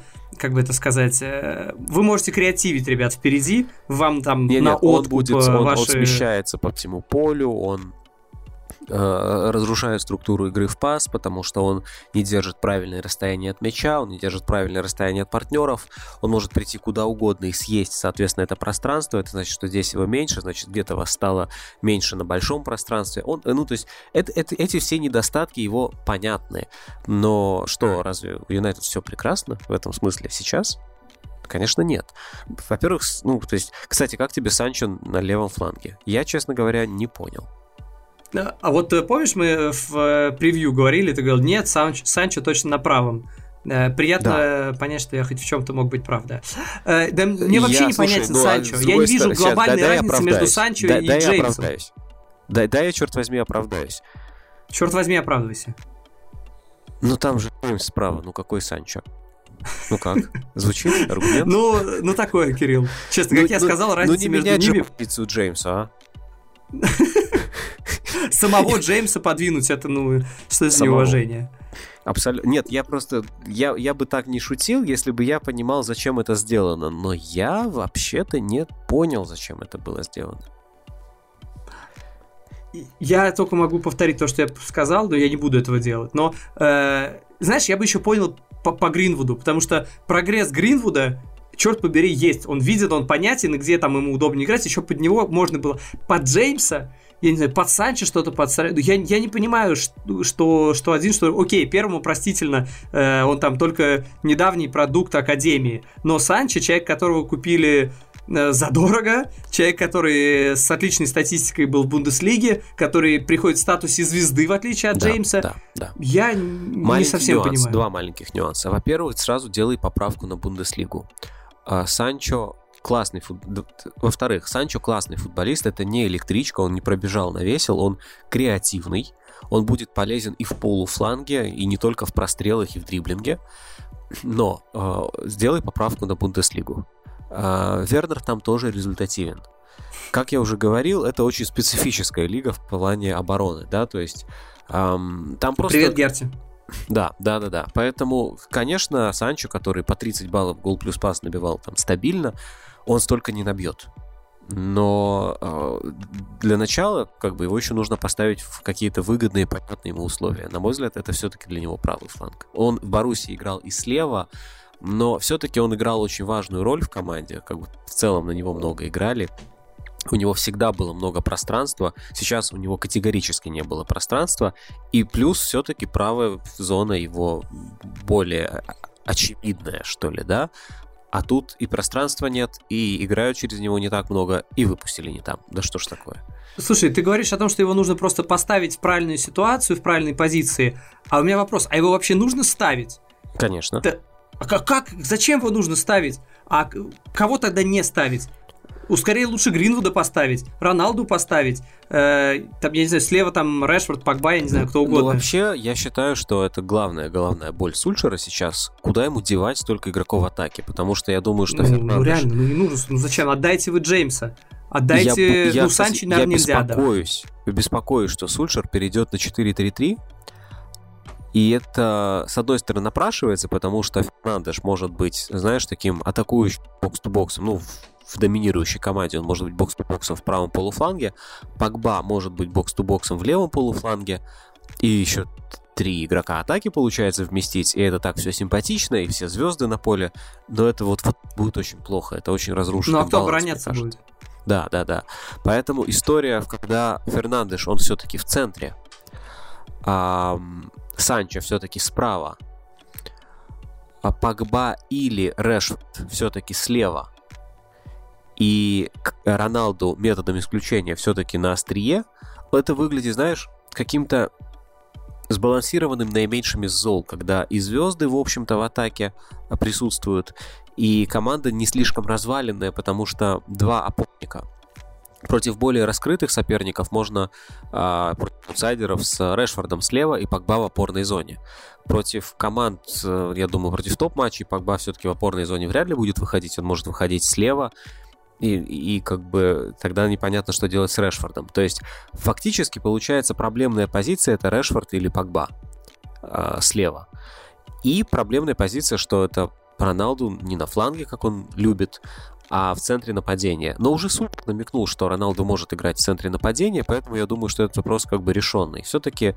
вы можете креативить, ребят, впереди, вам там на откуп он смещается по всему полю, он разрушает структуру игры в пас, потому что он не держит правильное расстояние от мяча, он не держит правильное расстояние от партнеров, он может прийти куда угодно и съесть, соответственно, это пространство, это значит, что здесь его меньше, значит, где-то вас стало меньше на большом пространстве. Эти все недостатки его понятны, но что, разве у Юнайтед все прекрасно в этом смысле сейчас? Конечно, нет. Во-первых, кстати, как тебе Санчо на левом фланге? Я, честно говоря, не понял. А вот помнишь, мы в превью говорили, ты говорил, нет, Санчо точно на правом. Приятно понять, что я хоть в чем-то мог быть прав, да. Да мне вообще непонятен Санчо. Я не вижу глобальной разницы между Санчо и Джеймсом. Да, я, черт возьми, оправдаюсь. Черт возьми, оправдывайся. Ну там же Джеймс справа, ну какой Санчо? Ну как? Звучит аргумент? Ну такое, Кирилл. Честно, как я сказал, разница между ними... Ну не менять позицию Джеймса, а? Самого Джеймса подвинуть, это, что за неуважение? Абсолютно. Нет, я бы так не шутил, если бы я понимал, зачем это сделано. Но я вообще-то не понял, зачем это было сделано. Я только могу повторить то, что я сказал, но я не буду этого делать. Но, знаешь, я бы еще понял по Гринвуду, потому что прогресс Гринвуда, черт побери, есть. Он виден, он понятен, и где там ему удобнее играть, еще под него можно было. Под Джеймса, я не знаю, под Санчо что-то подставить. Я не понимаю, что один, что... Окей, первому простительно, он там только недавний продукт Академии. Но Санчо, человек, которого купили задорого, человек, который с отличной статистикой был в Бундеслиге, который приходит в статусе звезды, в отличие от Джеймса. Да. Я не совсем понимаю. Два маленьких нюанса. Во-первых, сразу делай поправку на Бундеслигу. Санчо классный Во-вторых, Санчо классный футболист, это не электричка, он не пробежал на весел, он креативный, он будет полезен и в полуфланге, и не только в прострелах и в дриблинге. Но сделай поправку на Бундеслигу. Вернер там тоже результативен. Как я уже говорил, это очень специфическая лига в плане обороны, да, то есть там просто... Привет, Герти. Да. Поэтому, конечно, Санчо, который по 30 баллов гол плюс пас набивал там стабильно, он столько не набьет. Но для начала, его еще нужно поставить в какие-то выгодные, понятные ему условия. На мой взгляд, это все-таки для него правый фланг. Он в Боруссии играл и слева, но все-таки он играл очень важную роль в команде. В целом на него много играли. У него всегда было много пространства. Сейчас у него категорически не было пространства. И плюс все-таки правая зона его более очевидная, что ли, да? А тут и пространства нет, и играют через него не так много, и выпустили не там. Да что ж такое? Слушай, ты говоришь о том, что его нужно просто поставить в правильную ситуацию, в правильной позиции. А у меня вопрос, а его вообще нужно ставить? Конечно. Как? Зачем его нужно ставить? А кого тогда не ставить? Скорее лучше Гринвуда поставить, Роналду поставить, там, я не знаю, слева там Решфорд, Погба, я не знаю, кто угодно. Ну, вообще, я считаю, что это головная боль Сульшера сейчас, куда ему девать столько игроков в атаке, потому что я думаю, что Фернандеш... Ну, реально, не нужно, зачем? Отдайте вы Джеймса, отдайте, Санчо, наверное, нельзя. Я беспокоюсь, что Сульшер перейдет на 4-3-3, и это, с одной стороны, напрашивается, потому что Фернандеш может быть, знаешь, таким атакующим бокс-то-боксом, в доминирующей команде он может быть бокс-то-боксом в правом полуфланге, Погба может быть бокс-то-боксом в левом полуфланге, и еще 3 игрока атаки получается вместить, и это так все симпатично, и все звезды на поле, но это вот будет очень плохо, это очень разрушит. Ну а кто обороняться будет? Да. Поэтому история, когда Фернандеш, он все-таки в центре, Санчо все-таки справа, а Погба или Решфорд все-таки слева, и Роналду методом исключения все-таки на острие, это выглядит, знаешь, каким-то сбалансированным наименьшим из зол, когда и звезды, в общем-то, в атаке присутствуют, и команда не слишком разваленная, потому что 2 опорника. Против более раскрытых соперников можно против аутсайдеров с Решфордом слева и Погба в опорной зоне. Против команд, я думаю, против топ-матчей Погба все-таки в опорной зоне вряд ли будет выходить, он может выходить слева, и тогда непонятно, что делать с Решфордом. То есть фактически получается проблемная позиция — это Решфорд или Погба слева. И проблемная позиция, что это Роналду не на фланге, как он любит, а в центре нападения. Но уже Сульшер намекнул, что Роналду может играть в центре нападения, поэтому я думаю, что этот вопрос решенный. Все-таки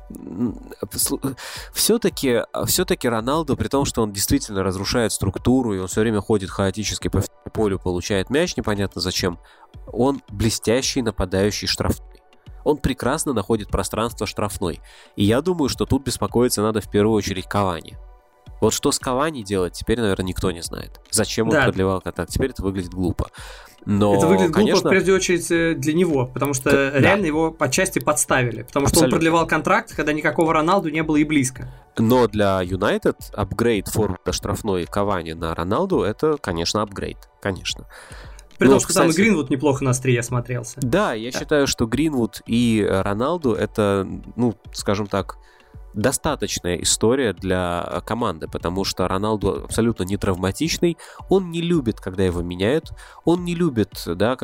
Роналду, при том, что он действительно разрушает структуру, и он все время ходит хаотически по полю, получает мяч, непонятно зачем, он блестящий нападающий штрафной. Он прекрасно находит пространство штрафной. И я думаю, что тут беспокоиться надо в первую очередь Кавани. Вот что с Кавани делать, теперь, наверное, никто не знает. Зачем он продлевал контракт? Теперь это выглядит глупо. Но, это выглядит конечно, глупо, в прежде очередь, для него, потому что реально его по части подставили. Потому что он продлевал контракт, когда никакого Роналду не было и близко. Но для Юнайтед апгрейд формы штрафной Кавани на Роналду — это, конечно, апгрейд, конечно. При том, что там и Гринвуд неплохо на острие смотрелся. Да, я считаю, что Гринвуд и Роналду — это, скажем так, достаточная история для команды, потому что Роналду абсолютно не травматичный, он не любит, когда его меняют, он не любит,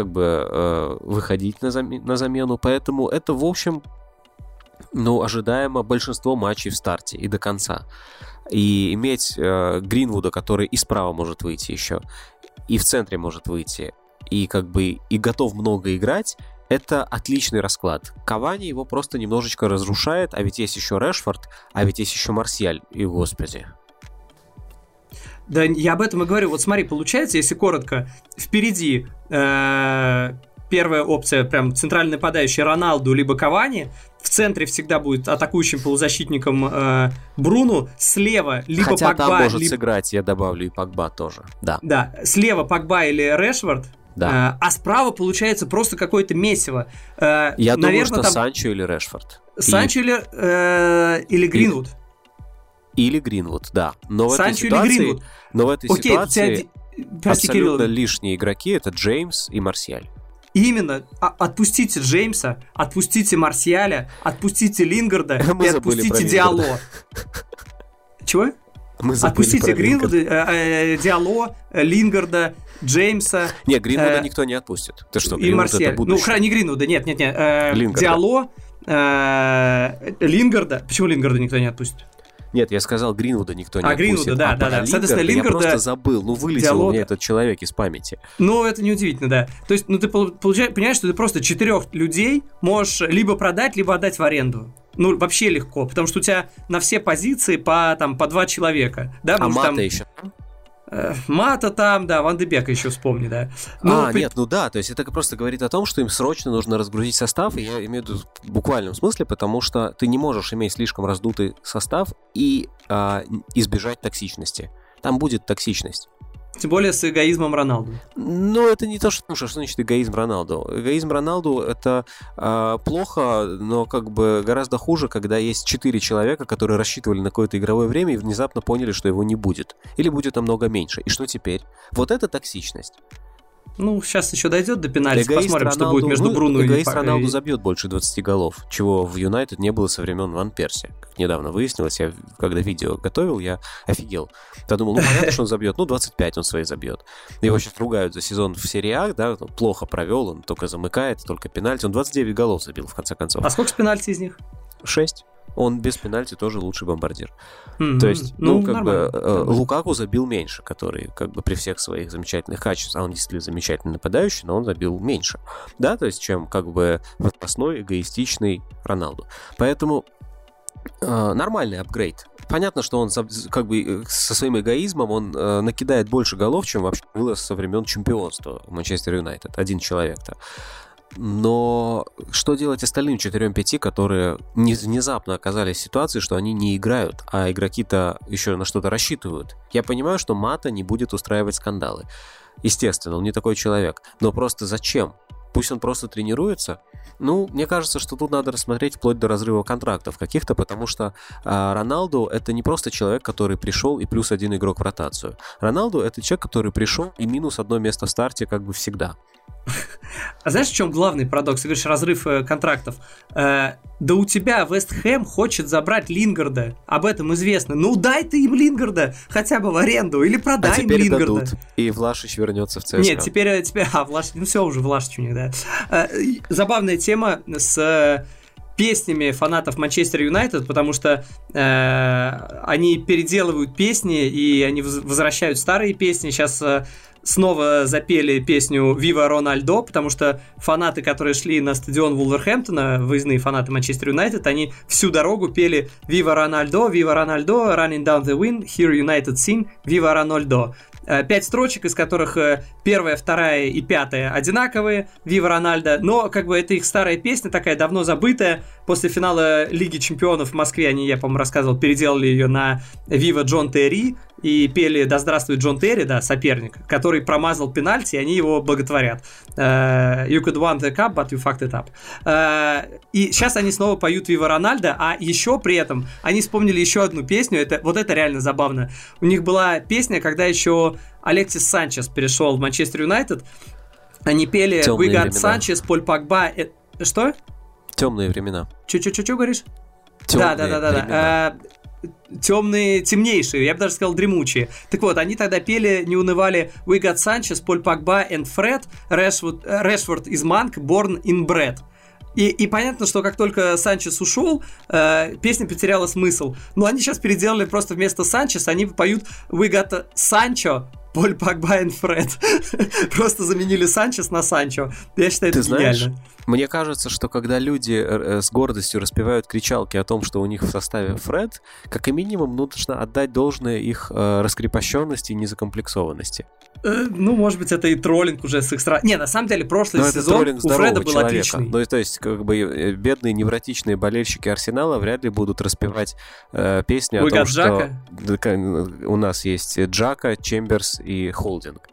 выходить на замену, поэтому это, в общем, ожидаемо большинство матчей в старте и до конца. И иметь Гринвуда, который и справа может выйти еще, и в центре может выйти, и и готов много играть, это отличный расклад. Кавани его просто немножечко разрушает, а ведь есть еще Решфорд, а ведь есть еще Марсиаль, и господи. Да, я об этом и говорю. Вот смотри, получается, если коротко, впереди первая опция, прям центральный нападающий Роналду либо Кавани, в центре всегда будет атакующим полузащитником Бруно, слева либо Хотя Погба... там может сыграть, я добавлю, и Погба тоже. Да, слева Погба или Решфорд, да. А справа получается просто какое-то месиво. Я думаю, что там... Санчо или Решфорд. Санчо или Гринвуд. Или Гринвуд, да. Но в Санчо этой ситуации, или Гринвуд. Но в этой ситуации Прости, абсолютно Кирилл. лишние игроки — это Джеймс и Марсиаль. Именно. Отпустите Джеймса, отпустите Марсиаля, отпустите Лингарда и отпустите Диало. Чего? Отпустите Гринвуда, Диало, Лингарда, Джеймса. Не, Гринвуда никто не отпустит. Ты что, и Марсиаль. Не Гринвуда, нет. Диало, Лингарда. Почему Лингарда никто не отпустит? Нет, я сказал, Гринвуда никто не отпустит. Гринвуда, да. Соответственно, Лингарда я просто забыл. Вылетел у меня этот человек из памяти. Это неудивительно, да. То есть, ты понимаешь, что ты просто 4 людей можешь либо продать, либо отдать в аренду. Вообще легко, потому что у тебя на все позиции по 2 человека. Да, Мата еще? Мата там, да, Ван де Бека еще вспомни, да. То есть это просто говорит о том, что им срочно нужно разгрузить состав, и я имею в виду в буквальном смысле, потому что ты не можешь иметь слишком раздутый состав и избежать токсичности. Там будет токсичность. Тем более с эгоизмом Роналду. Это не то, что значит эгоизм Роналду. Эгоизм Роналду — это плохо, но гораздо хуже, когда есть 4 человека, которые рассчитывали на какое-то игровое время и внезапно поняли, что его не будет. Или будет намного меньше. И что теперь? Вот это токсичность. Сейчас еще дойдет до пенальти, посмотрим, что будет между Бруно и... Эгоист Роналду забьет больше 20 голов, чего в Юнайтед не было со времен Ван Перси. Как недавно выяснилось, я когда видео готовил, я офигел. Я думал, понятно, что он забьет, 25 он свои забьет. Его сейчас ругают за сезон в серии А, да, плохо провел, он только замыкает, только пенальти. Он 29 голов забил, в конце концов. А сколько пенальти из них? 6. Он без пенальти тоже лучший бомбардир. То есть, Лукаку забил меньше, который при всех своих замечательных качествах, а он действительно замечательный нападающий, но он забил меньше. Да, то есть, чем возрастной, эгоистичный Роналду. Поэтому нормальный апгрейд. Понятно, что он со своим эгоизмом он накидает больше голов, чем вообще было со времен чемпионства в Манчестер Юнайтед. Один человек-то. Но что делать остальным 4-5, которые внезапно оказались в ситуации, что они не играют, а игроки-то еще на что-то рассчитывают? Я понимаю, что Мата не будет устраивать скандалы. Естественно, он не такой человек. Но просто зачем? Пусть он просто тренируется. Мне кажется, что тут надо рассмотреть вплоть до разрыва контрактов каких-то, потому что Роналду — это не просто человек, который пришел и плюс 1 игрок в ротацию. Роналду — это человек, который пришел и минус 1 место в старте всегда. А знаешь, в чем главный парадокс? Ты говоришь, разрыв контрактов. Да у тебя Вест Хэм хочет забрать Лингарда. Об этом известно. Дай ты им Лингарда хотя бы в аренду. Или продай им Лингарда. Дадут, и Влашич вернется в ЦСКА. Нет, теперь Влашич, все уже Влашич у них, да. Забавная тема с песнями фанатов Манчестер Юнайтед, потому что они переделывают песни, и они возвращают старые песни. Сейчас снова запели песню «Вива Рональдо», потому что фанаты, которые шли на стадион Вулверхэмптона, выездные фанаты Манчестер Юнайтед, они всю дорогу пели «Вива Рональдо, Вива Рональдо, running down the wind, here United sing, Вива Рональдо». 5 строчек, из которых 1, 2 и 5 одинаковые, Вива Рональдо, но это их старая песня, такая давно забытая. После финала Лиги Чемпионов в Москве, я, по-моему, рассказывал, переделали ее на Вива Джон Терри, и пели «Да здравствует Джон Терри», да, соперник, который промазал пенальти, и они его боготворят. You could win the cup, but you fucked it up. И сейчас они снова поют «Вива Рональдо», а еще при этом они вспомнили еще одну песню, это реально забавно. У них была песня, когда еще Алексис Санчес перешел в Манчестер Юнайтед, они пели «We got Sanchez, Поль Погба». Что? Темные времена. Че говоришь? Да. Темные, темнейшие, я бы даже сказал дремучие. Так вот, они тогда пели, не унывали «We got Sanchez, Поль Погба and Fred, Rashford is monk, born in bread». И понятно, что как только Санчес ушел, песня потеряла смысл. Но они сейчас переделали просто вместо Санчес, они поют «We got Sancho, Поль Погба и Фред». Просто заменили Санчес на Санчо. Я считаю, это гениально. Знаешь, мне кажется, что когда люди с гордостью распевают кричалки о том, что у них в составе Фред, как и минимум нужно отдать должное их раскрепощенности и незакомплексованности. Ну, может быть, это и троллинг уже с их стороны. Не, на самом деле, прошлый сезон у Фреда был отличный. Ну, то есть, как бы, бедные невротичные болельщики Арсенала вряд ли будут распевать песни о том, что у нас есть Джака, Чемберс и Холдинг.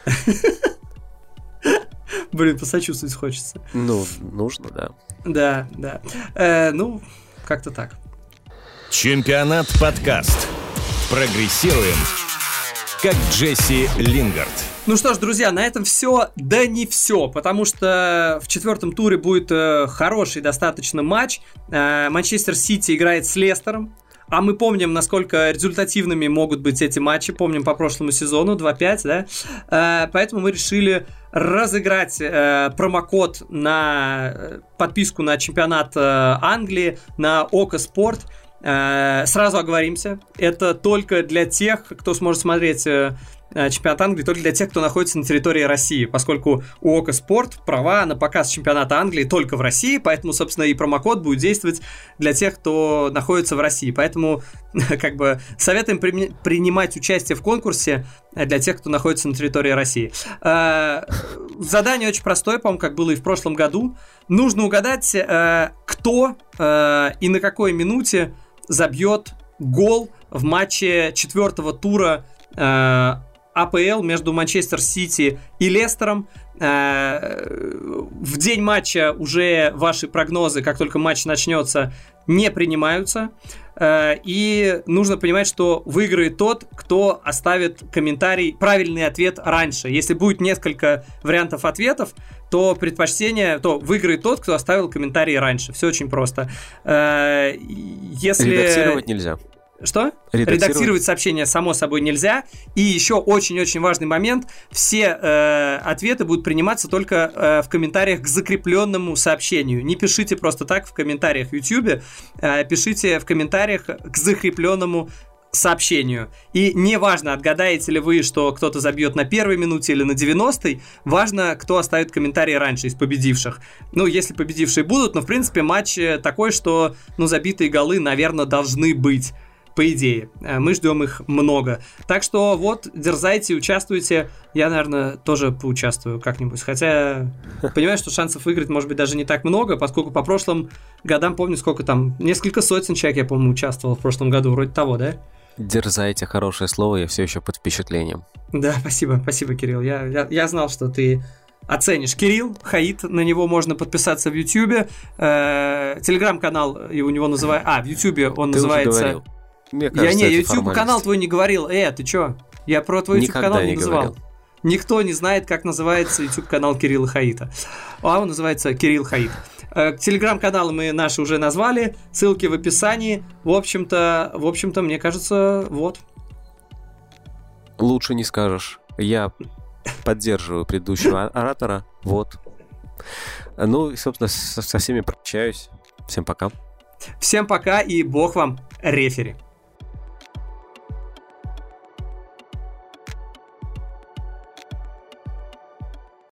Блин, посочувствовать хочется. Ну, нужно, да. Да. Ну, как-то так. Чемпионат подкаст. Прогрессируем, как Джесси Лингард. Ну что ж, друзья, на этом все, да не все, потому что в 4-м туре будет хороший достаточно матч. Манчестер Сити играет с Лестером. А мы помним, насколько результативными могут быть эти матчи. Помним по прошлому сезону 2-5, да? Поэтому мы решили разыграть промокод на подписку на чемпионат Англии, на Око Спорт. Сразу оговоримся, это только для тех, кто сможет смотреть чемпионат Англии, только для тех, кто находится на территории России, поскольку у Око Спорт права на показ чемпионата Англии только в России, поэтому, собственно, и промокод будет действовать для тех, кто находится в России. Поэтому, как бы, советуем принимать участие в конкурсе для тех, кто находится на территории России. Задание очень простое, по-моему, как было и в прошлом году. Нужно угадать, кто и на какой минуте забьет гол в матче 4-го тура АПЛ между Манчестер Сити и Лестером. В день матча уже ваши прогнозы, как только матч начнется, не принимаются. И нужно понимать, что выиграет тот, кто оставит комментарий, правильный ответ раньше. Если будет несколько вариантов ответов, то выиграет тот, кто оставил комментарий раньше. Все очень просто. Редактировать нельзя. Что? Редактировать сообщение, само собой, нельзя. И еще очень-очень важный момент. Все ответы будут приниматься только в комментариях к закрепленному сообщению. Не пишите просто так в комментариях в YouTube. Пишите в комментариях к закрепленному сообщению. И не важно, отгадаете ли вы, что кто-то забьет на 1-й минуте или на 90-й, важно, кто оставит комментарий раньше из победивших. Ну, если победившие будут, но, в принципе, матч такой, что, забитые голы, наверное, должны быть. По идее. Мы ждем их много. Так что вот, дерзайте, участвуйте. Я, наверное, тоже поучаствую как-нибудь. Хотя, понимаю, что шансов выиграть, может быть, даже не так много, поскольку по прошлым годам, помню, сколько там, несколько сотен человек, я, по-моему, участвовал в прошлом году. Вроде того, да? Дерзайте, хорошее слово, я все еще под впечатлением. Да, спасибо, Кирилл. Я знал, что ты оценишь. Кирилл Хаит, на него можно подписаться в Ютьюбе. Телеграм-канал у него называется... в Ютьюбе он называется... Мне кажется, YouTube-канал твой не говорил. Ты чё? Я про твой YouTube-канал не называл. Говорил. Никто не знает, как называется YouTube-канал Кирилла Хаита. Он называется Кирилл Хаит. Телеграм-каналы мы наши уже назвали. Ссылки в описании. В общем-то, мне кажется, вот. Лучше не скажешь. Я поддерживаю предыдущего оратора. Вот. Ну, и, собственно, со всеми прощаюсь. Всем пока. Всем пока и бог вам рефери.